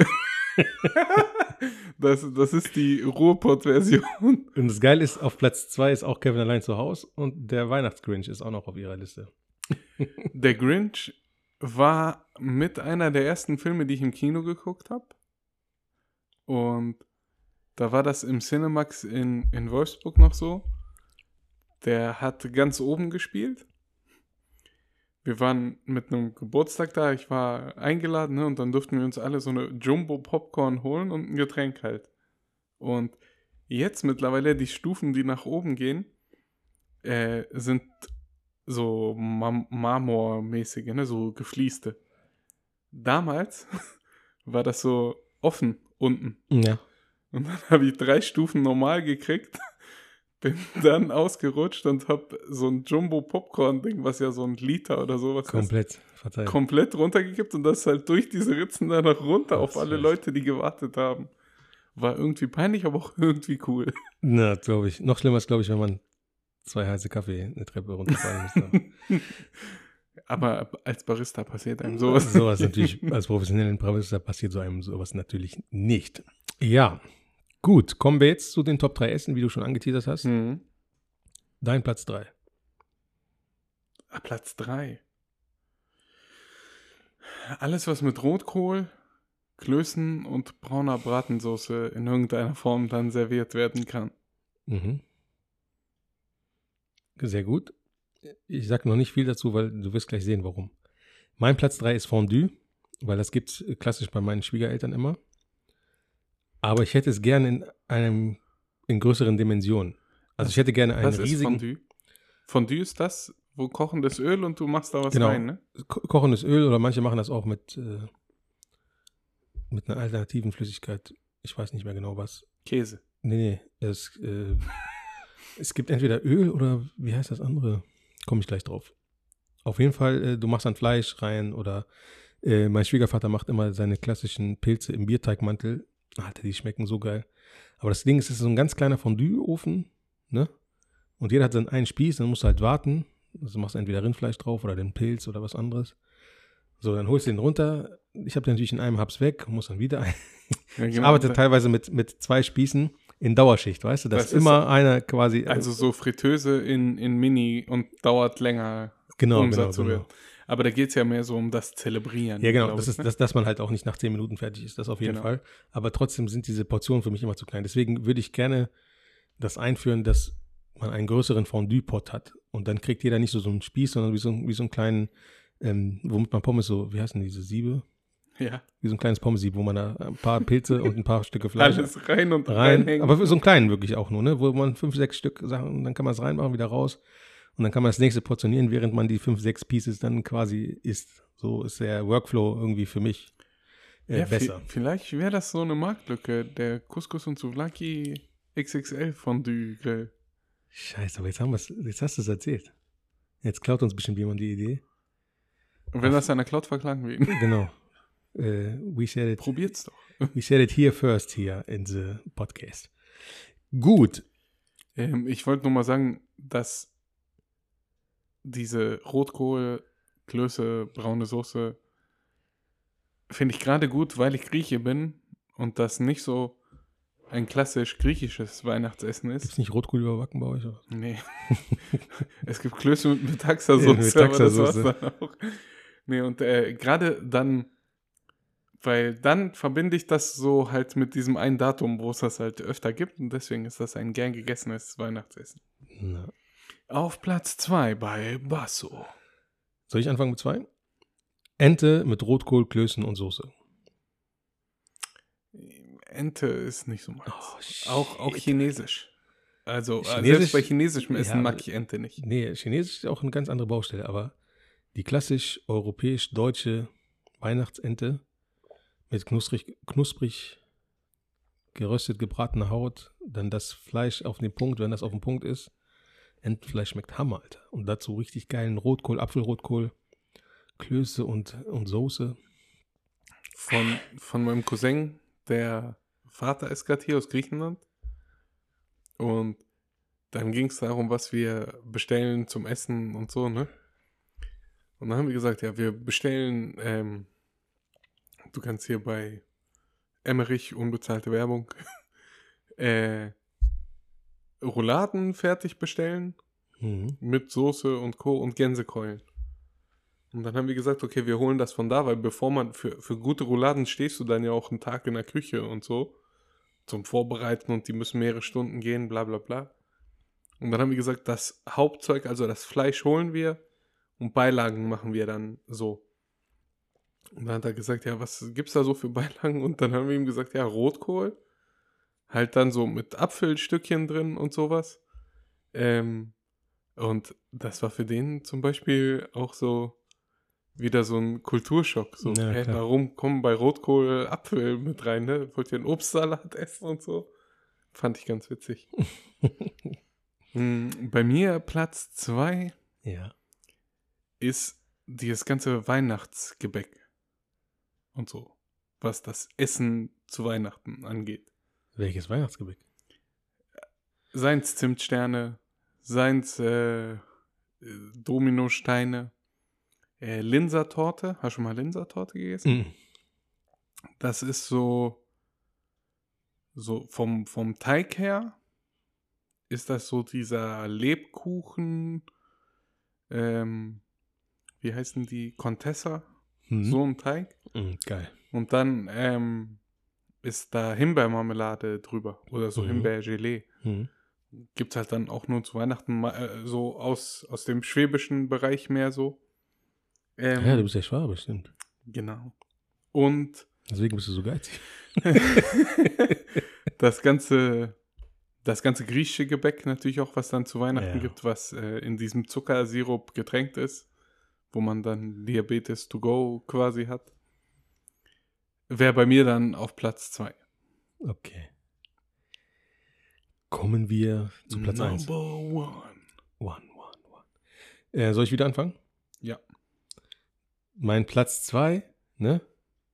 B: Das ist die Ruhrpott-Version.
C: Und das Geile ist, auf Platz 2 ist auch Kevin allein zu Hause und der Weihnachtsgrinch ist auch noch auf ihrer Liste.
B: Der Grinch war mit einer der ersten Filme, die ich im Kino geguckt habe. Und da war das im Cinemax in Wolfsburg noch so. Der hat ganz oben gespielt. Wir waren mit einem Geburtstag da, ich war eingeladen, ne, und dann durften wir uns alle so eine Jumbo-Popcorn holen und ein Getränk halt. Und jetzt mittlerweile die Stufen, die nach oben gehen, sind so marmormäßige, ne? So geflieste. Damals war das so offen unten.
C: Ja.
B: Und dann habe ich 3 Stufen normal gekriegt, bin dann ausgerutscht und habe so ein Jumbo-Popcorn-Ding, was ja so ein Liter oder sowas
C: Komplett verteilt.
B: ist, komplett runtergekippt und das halt durch diese Ritzen dann noch runter auf alle
C: Scheiße.
B: Leute, die gewartet haben. War irgendwie peinlich, aber auch irgendwie cool.
C: Na, glaube ich. Noch schlimmer ist, glaube ich, wenn man 2 heiße Kaffee eine Treppe runterfallen muss.
B: Aber als Barista passiert einem sowas.
C: Sowas natürlich, als professionellen Barista passiert so einem sowas natürlich nicht. Ja, gut. Kommen wir jetzt zu den Top 3 Essen, wie du schon angeteasert hast.
B: Mhm.
C: Dein Platz 3.
B: Platz 3. Alles, was mit Rotkohl, Klößen und brauner Bratensoße in irgendeiner Form dann serviert werden kann.
C: Mhm. Sehr gut. Ich sage noch nicht viel dazu, weil du wirst gleich sehen, warum. Mein Platz 3 ist Fondue, weil das gibt es klassisch bei meinen Schwiegereltern immer. Aber ich hätte es gerne in größeren Dimensionen. Also ich hätte gerne einen
B: Was ist
C: riesigen...
B: Fondue? Fondue ist das, wo kochendes Öl und du machst da was
C: Genau.
B: rein, ne?
C: Kochendes Öl oder manche machen das auch mit einer alternativen Flüssigkeit. Ich weiß nicht mehr genau was.
B: Käse.
C: Nee, es gibt entweder Öl oder wie heißt das andere? Komme ich gleich drauf. Auf jeden Fall, du machst dann Fleisch rein oder mein Schwiegervater macht immer seine klassischen Pilze im Bierteigmantel. Alter, die schmecken so geil. Aber das Ding ist, es ist so ein ganz kleiner Fondue-Ofen, ne? Und jeder hat dann einen Spieß, dann musst du halt warten. Also machst du entweder Rindfleisch drauf oder den Pilz oder was anderes. So, dann holst du den runter. Ich habe den natürlich in einem Haps weg, muss dann wieder ein.
B: Ja,
C: Ich
B: genau.
C: arbeite teilweise mit 2 Spießen in Dauerschicht, weißt du? Dass
B: Das ist-
C: immer einer quasi.
B: Also so Fritteuse in Mini und dauert länger,
C: genau,
B: Umsatz zu
C: genau.
B: werden. Aber da geht es ja mehr so um das Zelebrieren.
C: Ja, genau.
B: glaub
C: Das
B: ich,
C: ist,
B: ne?
C: dass man halt auch nicht nach 10 Minuten fertig ist, das auf jeden
B: Genau.
C: Fall. Aber trotzdem sind diese Portionen für mich immer zu klein. Deswegen würde ich gerne das einführen, dass man einen größeren Fondue-Pot hat. Und dann kriegt jeder nicht so einen Spieß, sondern wie so einen kleinen, womit man Pommes so, wie heißen diese Siebe?
B: Ja,
C: Wie so ein kleines Pommes-Sieb, wo man da ein paar Pilze und ein paar Stücke Fleisch
B: alles rein und
C: rein,
B: reinhängen.
C: aber für so einen kleinen wirklich auch nur, ne? Wo man 5, 6 Stück Sachen, dann kann man es reinmachen, wieder raus und dann kann man das nächste portionieren, während man die 5, 6 Pieces dann quasi isst. So ist der Workflow irgendwie für mich
B: Ja,
C: besser.
B: Vielleicht wäre das so eine Marktlücke, der Couscous und Souvlaki XXL Fondue Grill.
C: Scheiße, aber jetzt hast du es erzählt. Jetzt klaut uns bestimmt jemand die Idee.
B: Und wenn das einer klaut, verklagen wir ihn.
C: Genau. We said
B: Probiert's doch.
C: it here first here in the podcast. Gut.
B: Ich wollte nur mal sagen, dass diese Rotkohl, Klöße, braune Soße finde ich gerade gut, weil ich Grieche bin und das nicht so ein klassisch griechisches Weihnachtsessen
C: Gibt
B: ist.
C: es nicht Rotkohl überbacken bei euch? Oder?
B: Nee. Es gibt Klöße mit Metaxa-Soße,
C: Mit
B: aber das
C: Metaxa-Soße.
B: war's dann auch. Nee, und gerade dann, weil dann verbinde ich das so halt mit diesem einen Datum, wo es das halt öfter gibt und deswegen ist das ein gern gegessenes Weihnachtsessen.
C: Na.
B: Auf Platz 2 bei Basso.
C: Soll ich anfangen mit 2? Ente mit Rotkohl, Klößen und Soße.
B: Ente ist nicht so meins.
C: Oh, shit.
B: Auch chinesisch. Also
C: Chinesisch?
B: selbst bei chinesischem Essen
C: Ja,
B: mag ich Ente nicht.
C: Nee, Chinesisch ist auch eine ganz andere Baustelle, aber die klassisch europäisch-deutsche Weihnachtsente mit knusprig geröstet gebratener Haut, dann das Fleisch auf den Punkt, wenn das auf dem Punkt ist. Entenfleisch schmeckt Hammer, Alter. Und dazu richtig geilen Rotkohl, Apfelrotkohl, Klöße und Soße.
B: Von meinem Cousin, der Vater ist gerade hier aus Griechenland. Und dann ging es darum, was wir bestellen zum Essen und so, ne? Und dann haben wir gesagt, ja, wir bestellen, du kannst hier bei Emmerich, unbezahlte Werbung, Rouladen fertig bestellen
C: Mhm.
B: mit Soße und Co. und Gänsekeulen. Und dann haben wir gesagt, okay, wir holen das von da, weil bevor man, für gute Rouladen stehst du dann ja auch einen Tag in der Küche und so, zum Vorbereiten und die müssen mehrere Stunden gehen, bla bla bla. Und dann haben wir gesagt, das Hauptzeug, also das Fleisch holen wir und Beilagen machen wir dann so. Und dann hat er gesagt, ja, was gibt's da so für Beilagen? Und dann haben wir ihm gesagt, ja, Rotkohl, halt dann so mit Apfelstückchen drin und sowas. Und das war für den zum Beispiel auch so wieder so ein Kulturschock. So,
C: Ja,
B: hey,
C: klar.
B: warum kommen bei Rotkohl Apfel mit rein, ne? Wollt ihr einen Obstsalat essen und so? Fand ich ganz witzig. Bei mir Platz 2
C: Ja.
B: ist dieses ganze Weihnachtsgebäck und so, was das Essen zu Weihnachten angeht.
C: Welches Weihnachtsgebäck?
B: Seins Zimtsterne, seins Dominosteine, Linsertorte. Hast du schon mal Linsertorte gegessen?
C: Mhm.
B: Das ist so vom Teig her ist das so dieser Lebkuchen, wie heißen die? Contessa,
C: Mhm.
B: so ein Teig.
C: Mhm, geil.
B: Und dann ist da Himbeermarmelade drüber oder so
C: Mhm.
B: Himbeergelee.
C: Mhm.
B: Gibt es halt dann auch nur zu Weihnachten, so aus dem schwäbischen Bereich mehr so.
C: Ja, du bist ja Schwabe, stimmt.
B: Genau. Und
C: Deswegen bist du so geizig.
B: das ganze griechische Gebäck natürlich auch, was dann zu Weihnachten
C: Ja.
B: gibt, was in diesem Zuckersirup getränkt ist, wo man dann Diabetes to go quasi hat, wäre bei mir dann auf Platz 2.
C: Okay. Kommen wir zu Platz 1.
B: Number one.
C: Soll ich wieder anfangen?
B: Ja.
C: Mein Platz 2, ne?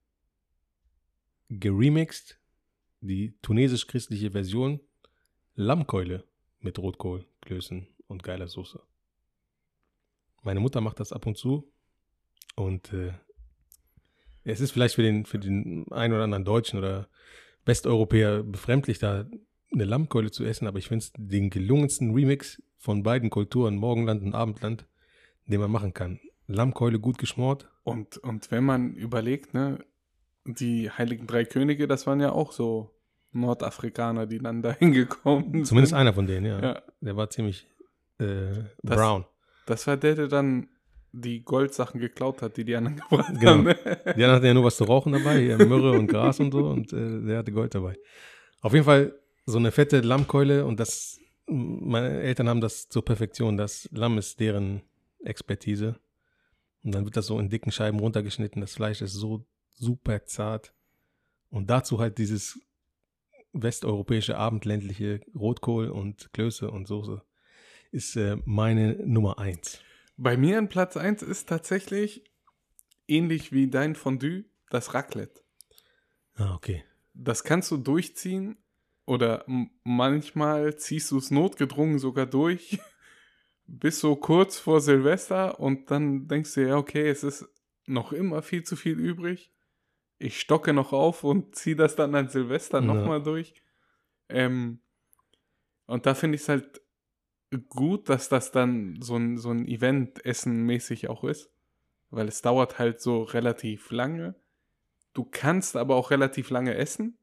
C: Geremixed, die tunesisch-christliche Version, Lammkeule mit Rotkohl, Klößen und geiler Soße. Meine Mutter macht das ab und zu und es ist vielleicht für den einen oder anderen Deutschen oder Westeuropäer befremdlich, da eine Lammkeule zu essen, aber ich finde es den gelungensten Remix von beiden Kulturen, Morgenland und Abendland, den man machen kann. Lammkeule gut geschmort.
B: Und wenn man überlegt, ne, die Heiligen Drei Könige, das waren ja auch so Nordafrikaner, die dann dahin gekommen sind.
C: Zumindest einer von denen, ja.
B: Ja.
C: Der war ziemlich brown.
B: Das war der dann die Goldsachen geklaut hat, die anderen gebracht
C: Genau.
B: haben.
C: Der hatte ja nur was zu rauchen dabei, hier Myrrhe und Gras und so, und der hatte Gold dabei. Auf jeden Fall so eine fette Lammkeule, und meine Eltern haben das zur Perfektion. Das Lamm ist deren Expertise. Und dann wird das so in dicken Scheiben runtergeschnitten. Das Fleisch ist so super zart. Und dazu halt dieses westeuropäische, abendländliche Rotkohl und Klöße und Soße ist meine Nummer 1.
B: Bei mir an Platz 1 ist tatsächlich ähnlich wie dein Fondue, das Raclette.
C: Ah, okay.
B: Das kannst du durchziehen oder manchmal ziehst du es notgedrungen sogar durch bis so kurz vor Silvester, und dann denkst du ja, okay, es ist noch immer viel zu viel übrig. Ich stocke noch auf und ziehe das dann an Silvester nochmal durch. Und da finde ich es halt gut, dass das dann so ein Event-Essen mäßig auch ist, weil es dauert halt so relativ lange. Du kannst aber auch relativ lange essen.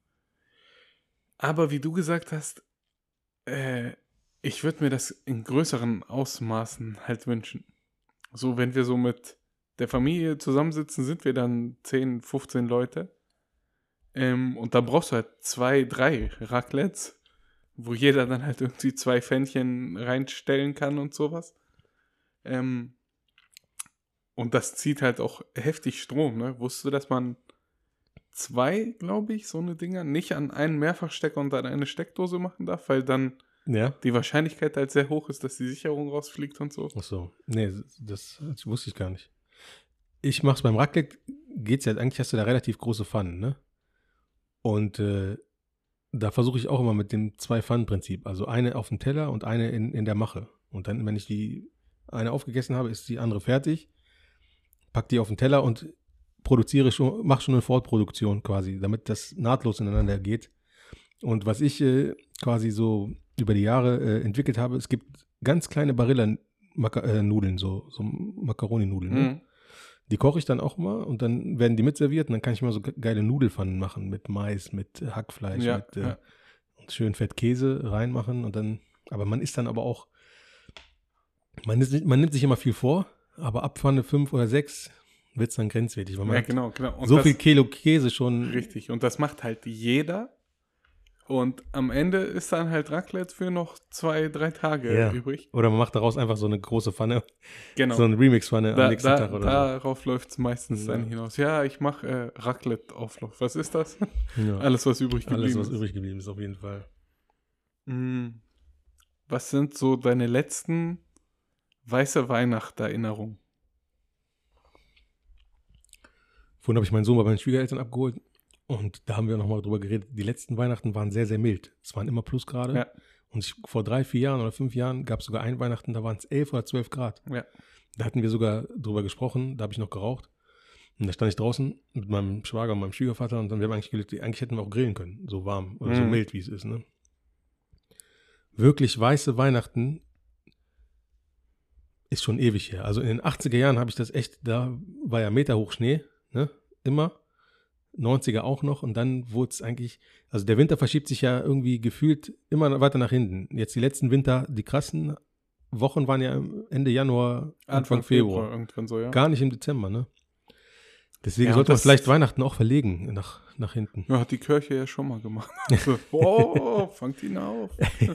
B: Aber wie du gesagt hast, ich würde mir das in größeren Ausmaßen halt wünschen. So, wenn wir so mit der Familie zusammensitzen, sind wir dann 10, 15 Leute. Und da brauchst du halt 2, 3 Raclettes, wo jeder dann halt irgendwie 2 Pfännchen reinstellen kann und sowas. Und das zieht halt auch heftig Strom, ne? Wusstest du, dass man 2, glaube ich, so eine Dinger nicht an einen Mehrfachstecker und an eine Steckdose machen darf, weil dann
C: Ja?
B: die Wahrscheinlichkeit halt sehr hoch ist, dass die Sicherung rausfliegt und so.
C: Ach so. Nee, das wusste ich gar nicht. Ich mach's beim Raclette, geht's ja, eigentlich hast du da relativ große Pfannen, ne? Und da versuche ich auch immer mit dem 2-Pfannen-Prinzip. Also eine auf dem Teller und eine in der Mache. Und dann, wenn ich die eine aufgegessen habe, ist die andere fertig. Pack die auf den Teller und mach schon eine Fortproduktion quasi, damit das nahtlos ineinander geht. Und was ich quasi so über die Jahre entwickelt habe, es gibt ganz kleine Barilla-Nudeln, so Macaroni-Nudeln. Ne?
B: Mhm.
C: Die koche ich dann auch mal und dann werden die mitserviert und dann kann ich mal so geile Nudelpfannen machen mit Mais, mit Hackfleisch,
B: Ja,
C: mit und schön fett Käse reinmachen und dann, aber man isst dann aber auch, man nimmt sich immer viel vor, aber ab Pfanne 5 oder 6 wird es dann grenzwertig, weil man
B: Ja,
C: hat
B: genau. Und
C: so
B: das,
C: viel Kilo Käse schon.
B: Richtig. Und das macht halt jeder Und am Ende ist dann halt Raclette für noch 2-3 Tage übrig.
C: Oder man macht daraus einfach so eine große Pfanne,
B: Genau.
C: so eine Remix-Pfanne am nächsten Tag oder
B: darauf läuft es meistens dann hinaus. Ja, ich mache Raclette-Auflauf. Was ist das?
C: so. Ja.
B: Alles, was übrig geblieben
C: Alles, was
B: ist.
C: übrig geblieben ist, auf jeden Fall.
B: Was sind so deine letzten weiße Weihnacht-Erinnerungen?
C: Vorhin habe ich meinen Sohn bei meinen Schwiegereltern abgeholt und da haben wir nochmal drüber geredet. Die letzten Weihnachten waren sehr, sehr mild. Es waren immer Plusgrade.
B: Ja.
C: Und vor 3, 4 Jahren oder 5 Jahren gab es sogar ein Weihnachten, da waren es 11 oder 12 Grad.
B: Ja.
C: Da hatten wir sogar drüber gesprochen, da habe ich noch geraucht. Und da stand ich draußen mit meinem Schwager und meinem Schwiegervater und dann haben wir eigentlich hätten wir auch grillen können, so warm oder so mild, wie es ist. Ne? Wirklich weiße Weihnachten ist schon ewig her. Also in den 80er Jahren habe ich das echt, da war ja meterhoch Schnee, ne? Immer. 90er auch noch und dann wurde es eigentlich, also der Winter verschiebt sich ja irgendwie gefühlt immer weiter nach hinten. Jetzt die letzten Winter, die krassen Wochen waren ja Ende Januar, Anfang Februar.
B: Irgendwann so, ja.
C: Gar nicht im Dezember, ne? Deswegen
B: Ja,
C: sollte man
B: das-
C: vielleicht Weihnachten auch verlegen nach hinten.
B: Ja, hat die Kirche ja schon mal gemacht. So, fangt ihn auf.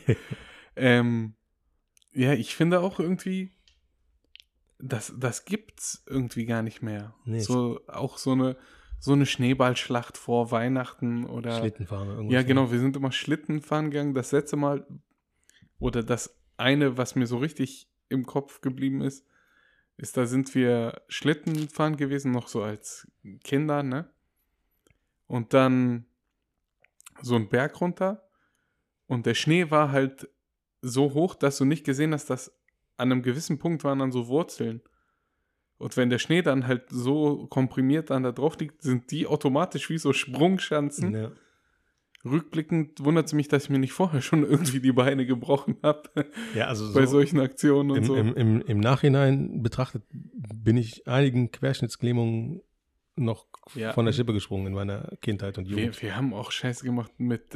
B: Ja, ich finde auch irgendwie, das gibt's irgendwie gar nicht mehr.
C: Nee.
B: So, auch so eine Schneeballschlacht vor Weihnachten oder.
C: Schlittenfahren oder irgendwas.
B: Ja, genau, wir sind immer Schlitten fahren gegangen. Das letzte Mal, oder das eine, was mir so richtig im Kopf geblieben ist, da sind wir Schlitten fahren gewesen, noch so als Kinder, ne? Und dann so einen Berg runter und der Schnee war halt so hoch, dass du nicht gesehen hast, dass an einem gewissen Punkt waren dann so Wurzeln. Und wenn der Schnee dann halt so komprimiert dann da drauf liegt, sind die automatisch wie so Sprungschanzen.
C: Ja.
B: Rückblickend wundert es mich, dass ich mir nicht vorher schon irgendwie die Beine gebrochen habe
C: Ja, also
B: bei
C: so
B: solchen Aktionen und so.
C: im Nachhinein betrachtet bin ich einigen Querschnittslähmungen noch
B: Ja.
C: von der Schippe gesprungen in meiner Kindheit und Jugend.
B: Wir haben auch Scheiße gemacht mit,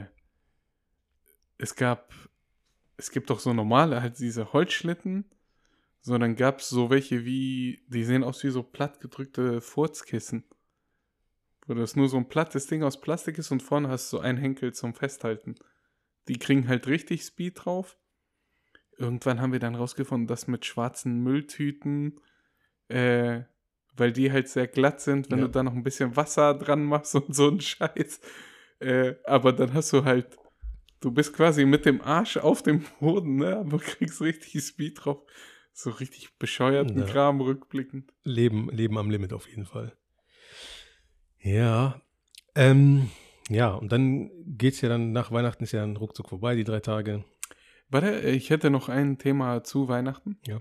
B: es gibt doch so normale, halt diese Holzschlitten, so dann gab es so welche wie, die sehen aus wie so plattgedrückte Furzkissen. Wo das nur so ein plattes Ding aus Plastik ist und vorne hast du so einen Henkel zum Festhalten. Die kriegen halt richtig Speed drauf. Irgendwann haben wir dann rausgefunden, dass mit schwarzen Mülltüten, weil die halt sehr glatt sind, wenn
C: Ja.
B: du da noch ein bisschen Wasser dran machst und so einen Scheiß. Aber dann hast du halt, du bist quasi mit dem Arsch auf dem Boden, ne? Aber kriegst richtig Speed drauf. So richtig bescheuerten
C: Ja.
B: Kram rückblickend.
C: Leben am Limit auf jeden Fall. Ja. Ja, und dann geht's ja dann nach Weihnachten, ist ja dann ruckzuck vorbei, die 3 Tage.
B: Warte, ich hätte noch ein Thema zu Weihnachten.
C: Ja.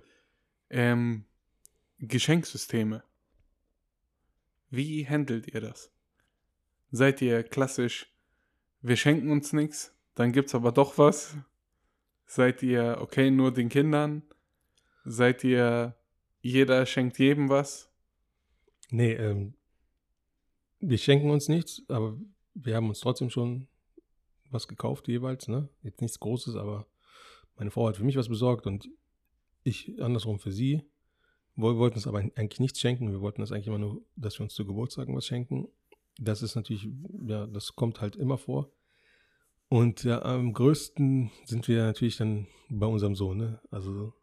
B: Geschenksysteme. Wie handelt ihr das? Seid ihr klassisch, wir schenken uns nichts, dann gibt's aber doch was? Seid ihr, okay, nur den Kindern? Seid ihr, jeder schenkt jedem was?
C: Nee, wir schenken uns nichts, aber wir haben uns trotzdem schon was gekauft jeweils, ne? Jetzt nichts Großes, aber meine Frau hat für mich was besorgt und ich andersrum für sie. Wir wollten uns aber eigentlich nichts schenken. Wir wollten das eigentlich immer nur, dass wir uns zu Geburtstagen was schenken. Das ist natürlich, ja, das kommt halt immer vor. Und ja, am größten sind wir natürlich dann bei unserem Sohn, ne? Also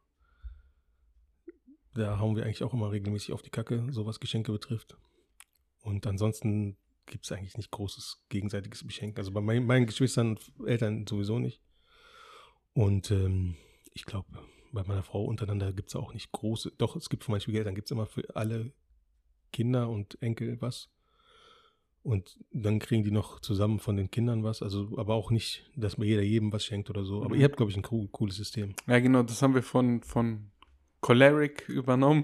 C: da hauen wir eigentlich auch immer regelmäßig auf die Kacke, so was Geschenke betrifft. Und ansonsten gibt es eigentlich nicht großes gegenseitiges Beschenken. Also bei meinen Geschwistern und Eltern sowieso nicht. Und ich glaube, bei meiner Frau untereinander gibt es auch nicht große. Doch, es gibt von meinen Schwiegereltern gibt es immer für alle Kinder und Enkel was. Und dann kriegen die noch zusammen von den Kindern was. Also, aber auch nicht, dass mir jeder jedem was schenkt oder so. Aber ihr habt, glaube ich, ein cooles System.
B: Ja, genau, das haben wir von Choleric übernommen.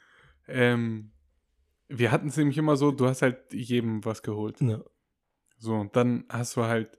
B: Wir hatten es nämlich immer so, du hast halt jedem was geholt.
C: Ja.
B: So, und dann hast du halt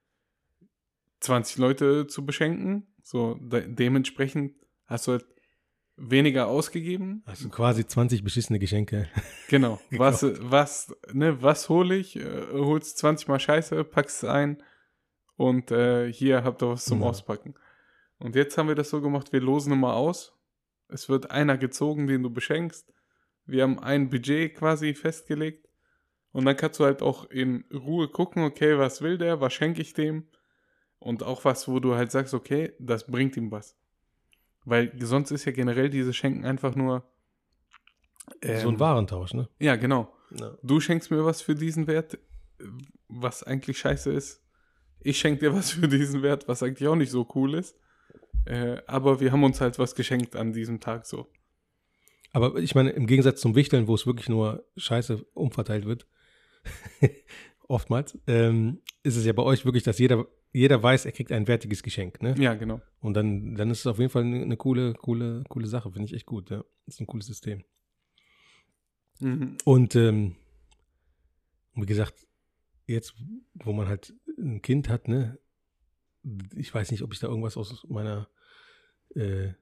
B: 20 Leute zu beschenken. So, dementsprechend hast du halt weniger ausgegeben.
C: Also quasi 20 beschissene Geschenke.
B: Genau. Was hole ich? Holst 20 Mal Scheiße, packst es ein und hier habt ihr was zum
C: Ja.
B: Auspacken. Und jetzt haben wir das so gemacht, wir losen immer aus. Es wird einer gezogen, den du beschenkst. Wir haben ein Budget quasi festgelegt Und dann kannst du halt auch in Ruhe gucken, okay, was will der, was schenke ich dem? Und auch was, wo du halt sagst, okay, das bringt ihm was. Weil sonst ist ja generell diese Schenken einfach nur...
C: So ein Warentausch, ne?
B: Ja, genau.
C: Ja.
B: Du schenkst mir was für diesen Wert, was eigentlich scheiße ist. Ich schenke dir was für diesen Wert, was eigentlich auch nicht so cool ist. Aber wir haben uns halt was geschenkt an diesem Tag so.
C: Aber ich meine, im Gegensatz zum Wichteln, wo es wirklich nur Scheiße umverteilt wird, oftmals, ist es ja bei euch wirklich, dass jeder weiß, er kriegt ein wertiges Geschenk, ne?
B: Ja, genau.
C: Und dann ist es auf jeden Fall eine coole Sache, finde ich echt gut, ja. Das ist ein cooles System.
B: Mhm.
C: Und wie gesagt, jetzt, wo man halt ein Kind hat, ne, ich weiß nicht, ob ich da irgendwas aus meiner, wie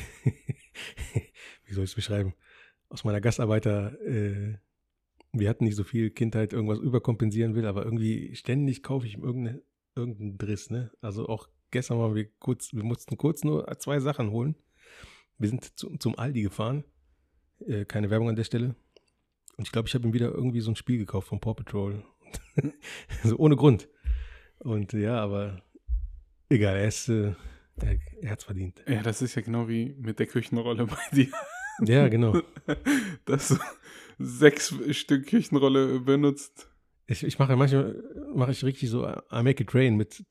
C: soll ich es beschreiben, aus meiner Gastarbeiter, wir hatten nicht so viel Kindheit, irgendwas überkompensieren will, aber irgendwie ständig kaufe ich ihm irgendeinen Driss, ne? Also auch gestern waren wir mussten kurz nur 2 Sachen holen. Wir sind zum Aldi gefahren, keine Werbung an der Stelle. Und ich glaube, ich habe ihm wieder irgendwie so ein Spiel gekauft von Paw Patrol. So ohne Grund. Und ja, aber egal, er hat's verdient.
B: Ja, das ist ja genau wie mit der Küchenrolle bei dir.
C: Ja, genau.
B: Dass du 6 Stück Küchenrolle benutzt.
C: Manchmal mache ich richtig so I make it rain mit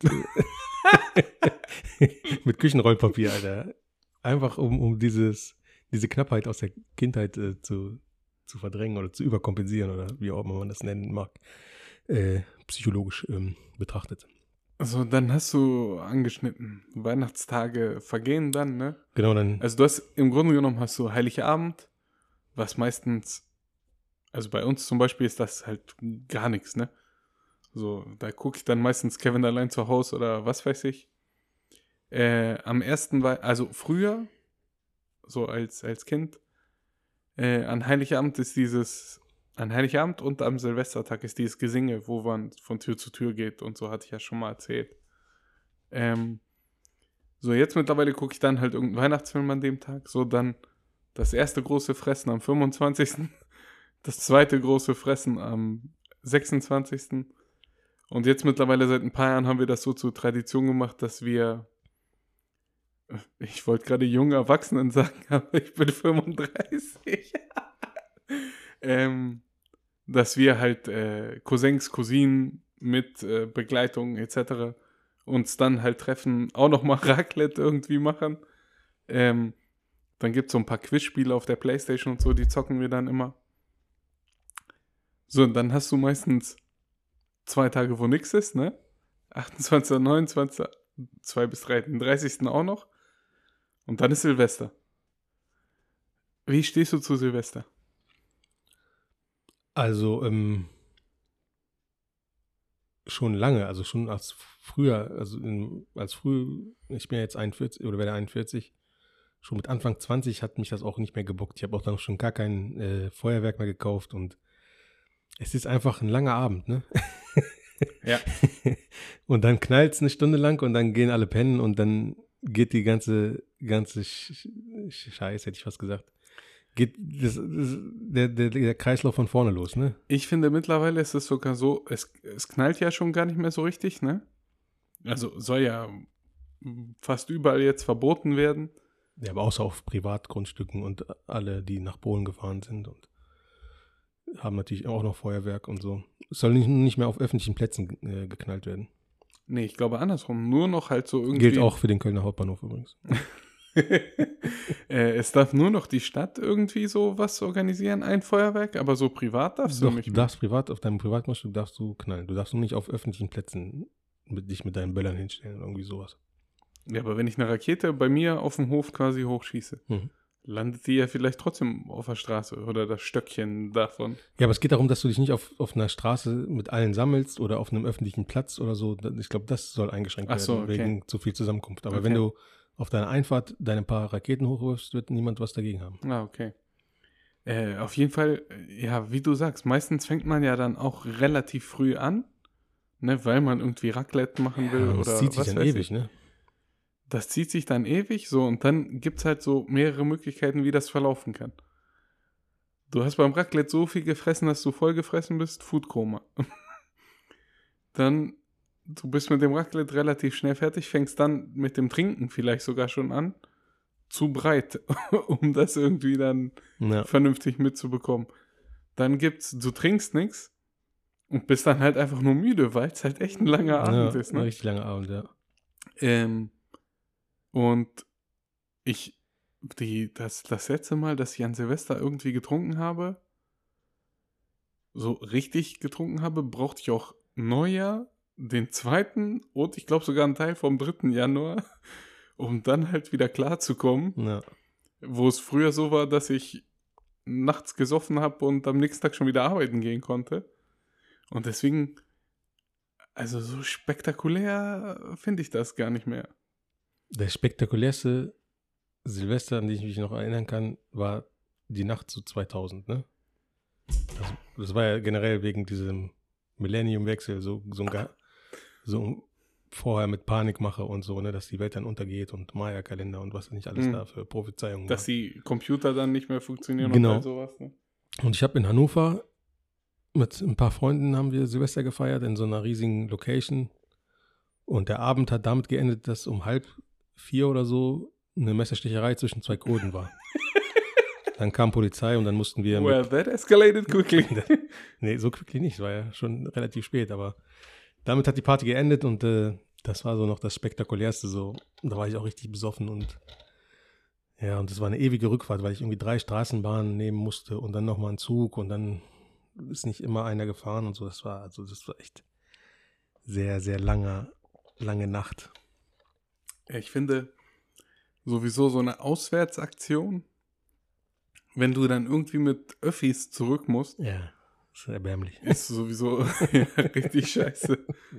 C: mit Küchenrollpapier, Alter. Einfach um diese Knappheit aus der Kindheit zu verdrängen oder zu überkompensieren oder wie auch immer man das nennen mag, psychologisch betrachtet.
B: Also dann hast du angeschnitten, Weihnachtstage vergehen dann, ne?
C: Genau, dann.
B: Also du hast, im Grunde genommen hast du Heiligabend, was meistens, also bei uns zum Beispiel ist das halt gar nichts, ne? So, da gucke ich dann meistens Kevin allein zu Hause oder was weiß ich. Am ersten also früher, so als Kind, an Heiligabend und am Silvestertag ist dieses Gesinge, wo man von Tür zu Tür geht und so, hatte ich ja schon mal erzählt. So, jetzt mittlerweile gucke ich dann halt irgendeinen Weihnachtsfilm an dem Tag, so dann das erste große Fressen am 25., das zweite große Fressen am 26. Und jetzt mittlerweile seit ein paar Jahren haben wir das so zur Tradition gemacht, dass wir, ich wollte gerade junge Erwachsenen sagen, aber ich bin 35, dass wir halt Cousins, Cousinen mit Begleitung etc. uns dann halt treffen, auch nochmal Raclette irgendwie machen. Dann gibt es so ein paar Quizspiele auf der Playstation und so, die zocken wir dann immer. So, und dann hast du meistens 2 Tage, wo nichts ist, ne? 28., 29., 2 bis 3, den 30. auch noch. Und dann ist Silvester. Wie stehst du zu Silvester?
C: Also, schon lange, also schon als früher, ich bin jetzt 41 oder werde 41, schon mit Anfang 20 hat mich das auch nicht mehr gebockt. Ich habe auch dann schon gar kein Feuerwerk mehr gekauft und es ist einfach ein langer Abend, ne?
B: Ja.
C: Und dann knallt es eine Stunde lang und dann gehen alle pennen und dann geht die ganze Scheiß, hätte ich fast gesagt, geht der Kreislauf von vorne los, ne?
B: Ich finde, mittlerweile ist es sogar so, es knallt ja schon gar nicht mehr so richtig, ne? Also soll ja fast überall jetzt verboten werden.
C: Ja, aber außer auf Privatgrundstücken und alle, die nach Polen gefahren sind und haben natürlich auch noch Feuerwerk und so. Es soll nicht mehr auf öffentlichen Plätzen geknallt werden.
B: Nee, ich glaube andersrum. Nur noch halt so irgendwie.
C: Gilt auch für den Kölner Hauptbahnhof übrigens.
B: Es darf nur noch die Stadt irgendwie so was organisieren, ein Feuerwerk, aber so privat darfst du nicht.
C: Du darfst privat, auf deinem Privatgrundstück darfst du knallen. Du darfst nur nicht auf öffentlichen Plätzen dich mit deinen Böllern hinstellen oder irgendwie sowas.
B: Ja, aber wenn ich eine Rakete bei mir auf dem Hof quasi hochschieße, landet die ja vielleicht trotzdem auf der Straße oder das Stöckchen davon.
C: Ja, aber es geht darum, dass du dich nicht auf einer Straße mit allen sammelst oder auf einem öffentlichen Platz oder so. Ich glaube, das soll eingeschränkt werden, wegen zu viel Zusammenkunft. Aber wenn du auf deiner Einfahrt deine paar Raketen hochwirfst, wird niemand was dagegen haben.
B: Ah, okay. Auf jeden Fall, ja, wie du sagst, meistens fängt man ja dann auch relativ früh an, ne, weil man irgendwie Raclette machen will oder was.
C: Das zieht sich dann ewig, ne?
B: Das zieht sich dann ewig, so, und dann gibt es halt so mehrere Möglichkeiten, wie das verlaufen kann. Du hast beim Raclette so viel gefressen, dass du voll gefressen bist, Foodkoma. Dann, du bist mit dem Raclette relativ schnell fertig, fängst dann mit dem Trinken vielleicht sogar schon an. Zu breit, um das irgendwie dann vernünftig mitzubekommen. Dann du trinkst nichts und bist dann halt einfach nur müde, weil es halt echt ein langer Abend ist. Ne?
C: Ein richtig langer Abend, ja.
B: Und das letzte Mal, dass ich an Silvester irgendwie getrunken habe, so richtig getrunken habe, brauchte ich auch Neujahr, den 2. und ich glaube sogar einen Teil vom 3. Januar, um dann halt wieder klarzukommen.
C: Ja.
B: Wo es früher so war, dass ich nachts gesoffen habe und am nächsten Tag schon wieder arbeiten gehen konnte. Und deswegen, also so spektakulär finde ich das gar nicht mehr.
C: Der spektakulärste Silvester, an den ich mich noch erinnern kann, war die Nacht zu 2000, ne? Das war ja generell wegen diesem Millenniumwechsel so vorher mit Panikmache und so, ne, dass die Welt dann untergeht und Maya-Kalender und was nicht alles da für Prophezeiungen
B: dass die Computer dann nicht mehr funktionieren
C: genau.
B: und all sowas. Ne?
C: Und ich habe in Hannover mit ein paar Freunden haben wir Silvester gefeiert in so einer riesigen Location und der Abend hat damit geendet, dass um 3:30 oder so eine Messerstecherei zwischen 2 Kurden war. Dann kam Polizei und dann mussten wir
B: Well, that escalated quickly.
C: Nee, so quickly nicht, es war ja schon relativ spät, aber damit hat die Party geendet und das war so noch das Spektakulärste so. Und da war ich auch richtig besoffen und ja, und das war eine ewige Rückfahrt, weil ich irgendwie 3 Straßenbahnen nehmen musste und dann nochmal einen Zug und dann ist nicht immer einer gefahren und so. Das war echt sehr, sehr lange Nacht.
B: Ich finde sowieso so eine Auswärtsaktion, wenn du dann irgendwie mit Öffis zurück musst.
C: Ja, das ist erbärmlich.
B: Ist sowieso richtig scheiße.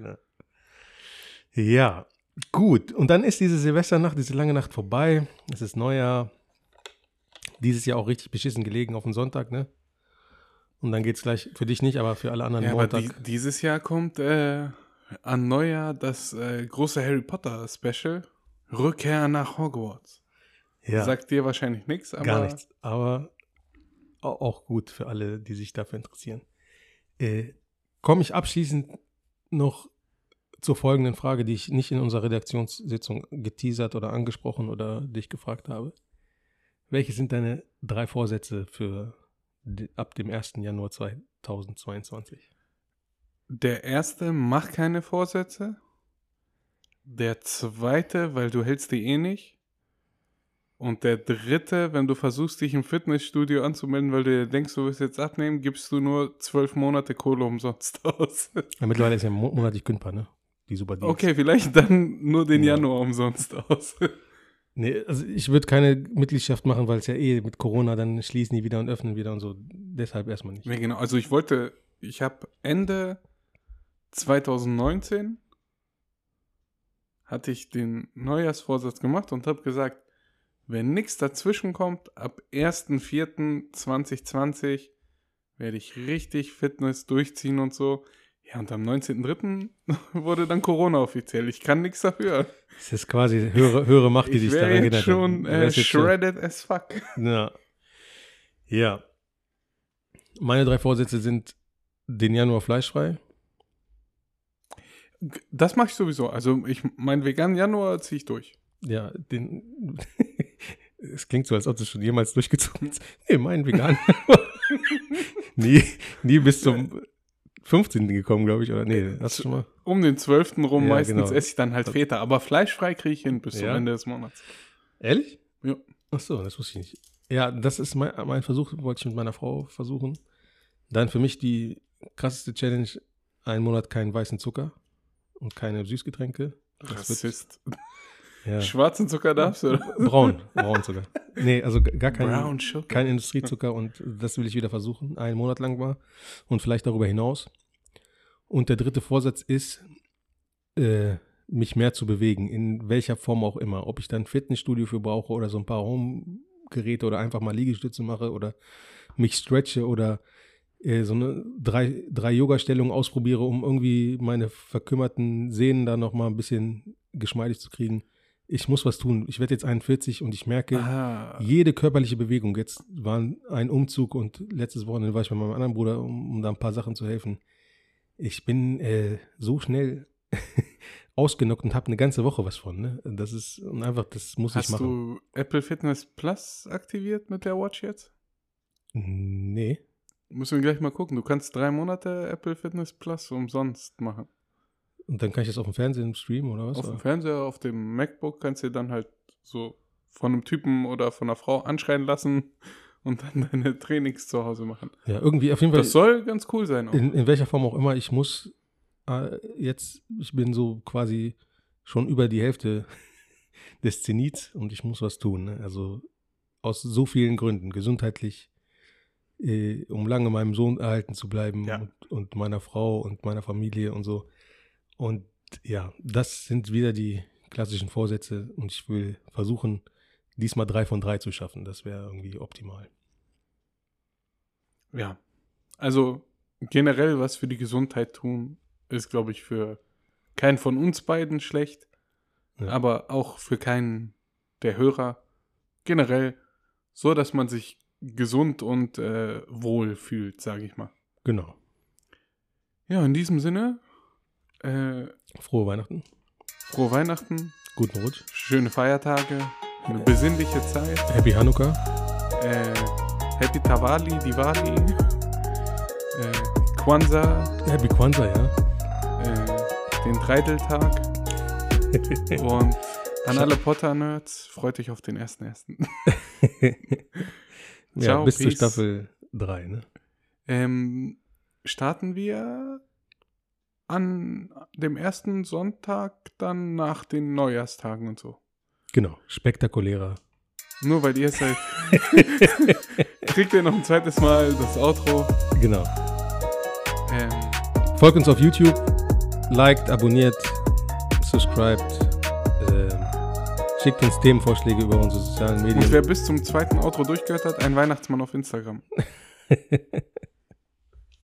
C: Ja, gut. Und dann ist diese Silvesternacht, diese lange Nacht vorbei. Es ist Neujahr. Dieses Jahr auch richtig beschissen gelegen auf den Sonntag, ne? Und dann geht's gleich, für dich nicht, aber für alle anderen Montag.
B: Aber dieses Jahr kommt an Neujahr das große Harry Potter Special. Rückkehr nach Hogwarts.
C: Ja.
B: Sagt dir wahrscheinlich nichts, aber...
C: Gar nichts, aber auch gut für alle, die sich dafür interessieren. Komme ich abschließend noch zur folgenden Frage, die ich nicht in unserer Redaktionssitzung geteasert oder angesprochen oder dich gefragt habe. Welche sind deine 3 Vorsätze für ab dem 1. Januar 2022?
B: Der erste, mach keine Vorsätze. Der zweite, weil du hältst die eh nicht. Und der dritte, wenn du versuchst, dich im Fitnessstudio anzumelden, weil du dir denkst, du wirst jetzt abnehmen, gibst du nur 12 Monate Kohle umsonst aus.
C: Ja, mittlerweile ist ja monatlich kündbar, ne? Die super Deals.
B: Okay, vielleicht dann nur den Januar umsonst aus.
C: Nee, also ich würde keine Mitgliedschaft machen, weil es ja mit Corona, dann schließen die wieder und öffnen wieder und so. Deshalb erstmal nicht.
B: Ja, genau. Also ich habe Ende 2019 hatte ich den Neujahrsvorsatz gemacht und habe gesagt, wenn nichts dazwischen kommt, ab 1.4.2020 werde ich richtig Fitness durchziehen und so. Ja, und am 19.03. wurde dann Corona offiziell. Ich kann nichts dafür.
C: Es ist quasi höhere Macht, die dich daran
B: gehindert hat. Ich wäre jetzt schon shredded as fuck.
C: Ja. Meine 3 Vorsätze sind den Januar fleischfrei.
B: Das mache ich sowieso. Also meinen veganen Januar ziehe ich durch.
C: Ja, es klingt so, als ob du schon jemals durchgezogen hast. Nee, mein vegan. nie bis zum 15. gekommen, glaube ich. Oder nee, hast du schon mal?
B: Um den 12. rum
C: Ja,
B: meistens
C: genau.
B: esse ich dann halt Feta. Aber fleischfrei kriege ich hin bis zum Ende des Monats.
C: Ehrlich?
B: Ja.
C: Ach so, das wusste ich nicht. Ja, das ist mein Versuch, wollte ich mit meiner Frau versuchen. Dann für mich die krasseste Challenge, 1 Monat keinen weißen Zucker und keine Süßgetränke.
B: Rassist.
C: Ja.
B: Schwarzen Zucker darfst du, oder?
C: Braun Zucker. Nee, also gar
B: Brown Sugar.
C: kein Industriezucker und das will ich wieder versuchen, 1 Monat lang mal und vielleicht darüber hinaus. Und der 3. Vorsatz ist, mich mehr zu bewegen, in welcher Form auch immer. Ob ich dann ein Fitnessstudio für brauche oder so ein paar Home-Geräte oder einfach mal Liegestütze mache oder mich stretche oder so eine 3 Yoga-Stellungen ausprobiere, um irgendwie meine verkümmerten Sehnen da nochmal ein bisschen geschmeidig zu kriegen. ich muss was tun. Ich werde jetzt 41 und ich merke,
B: Ah,
C: jede körperliche Bewegung, jetzt war ein Umzug und letztes Wochenende war ich bei meinem anderen Bruder, um da ein paar Sachen zu helfen. Ich bin so schnell ausgenockt und habe eine ganze Woche was von. Ne? Das ist einfach, das muss ich
B: hast
C: machen.
B: du Apple Fitness Plus aktiviert mit der Watch jetzt?
C: Nee.
B: Müssen wir gleich mal gucken. Du kannst 3 Monate Apple Fitness Plus umsonst machen.
C: Und dann kann ich das auf dem Fernsehen streamen oder was?
B: Auf dem Fernseher, auf dem MacBook kannst du dann halt so von einem Typen oder von einer Frau anschreien lassen und dann deine Trainings zu Hause machen.
C: Ja, irgendwie auf jeden Fall.
B: Das soll ganz cool sein auch.
C: In welcher Form auch immer, ich muss ich bin so quasi schon über die Hälfte des Zenits und ich muss was tun. Ne? Also aus so vielen Gründen, gesundheitlich, um lange meinem Sohn erhalten zu bleiben
B: Ja.
C: und meiner Frau und meiner Familie und so. Und ja, das sind wieder die klassischen Vorsätze und ich will versuchen, diesmal 3 von 3 zu schaffen. Das wäre irgendwie optimal.
B: Ja. Also generell was für die Gesundheit tun, ist, glaube ich, für keinen von uns beiden schlecht,
C: Ja.
B: aber auch für keinen der Hörer. Generell so, dass man sich gesund und wohl fühlt, sage ich mal.
C: Genau.
B: Ja, in diesem Sinne,
C: Frohe Weihnachten,
B: frohe Weihnachten,
C: guten Rutsch,
B: schöne Feiertage, eine besinnliche Zeit,
C: Happy Hanukkah.
B: Happy Diwali, Kwanzaa,
C: Happy Kwanzaa, ja.
B: den Dreideltag und an alle Potter-Nerds, freut euch auf den 1.1.
C: Ja,
B: Ciao,
C: bis zur
B: peace.
C: Staffel 3, ne?
B: Starten wir an dem ersten Sonntag dann nach den Neujahrstagen und so.
C: Genau, spektakulärer.
B: Nur weil ihr seid, kriegt ihr noch ein zweites Mal das Outro.
C: Genau.
B: Ähm,
C: Folgt uns auf YouTube, liked, abonniert, subscribed, schickt uns Themenvorschläge über unsere sozialen
B: und
C: Medien.
B: wer bis zum zweiten Outro durchgehört hat, ein Weihnachtsmann auf Instagram.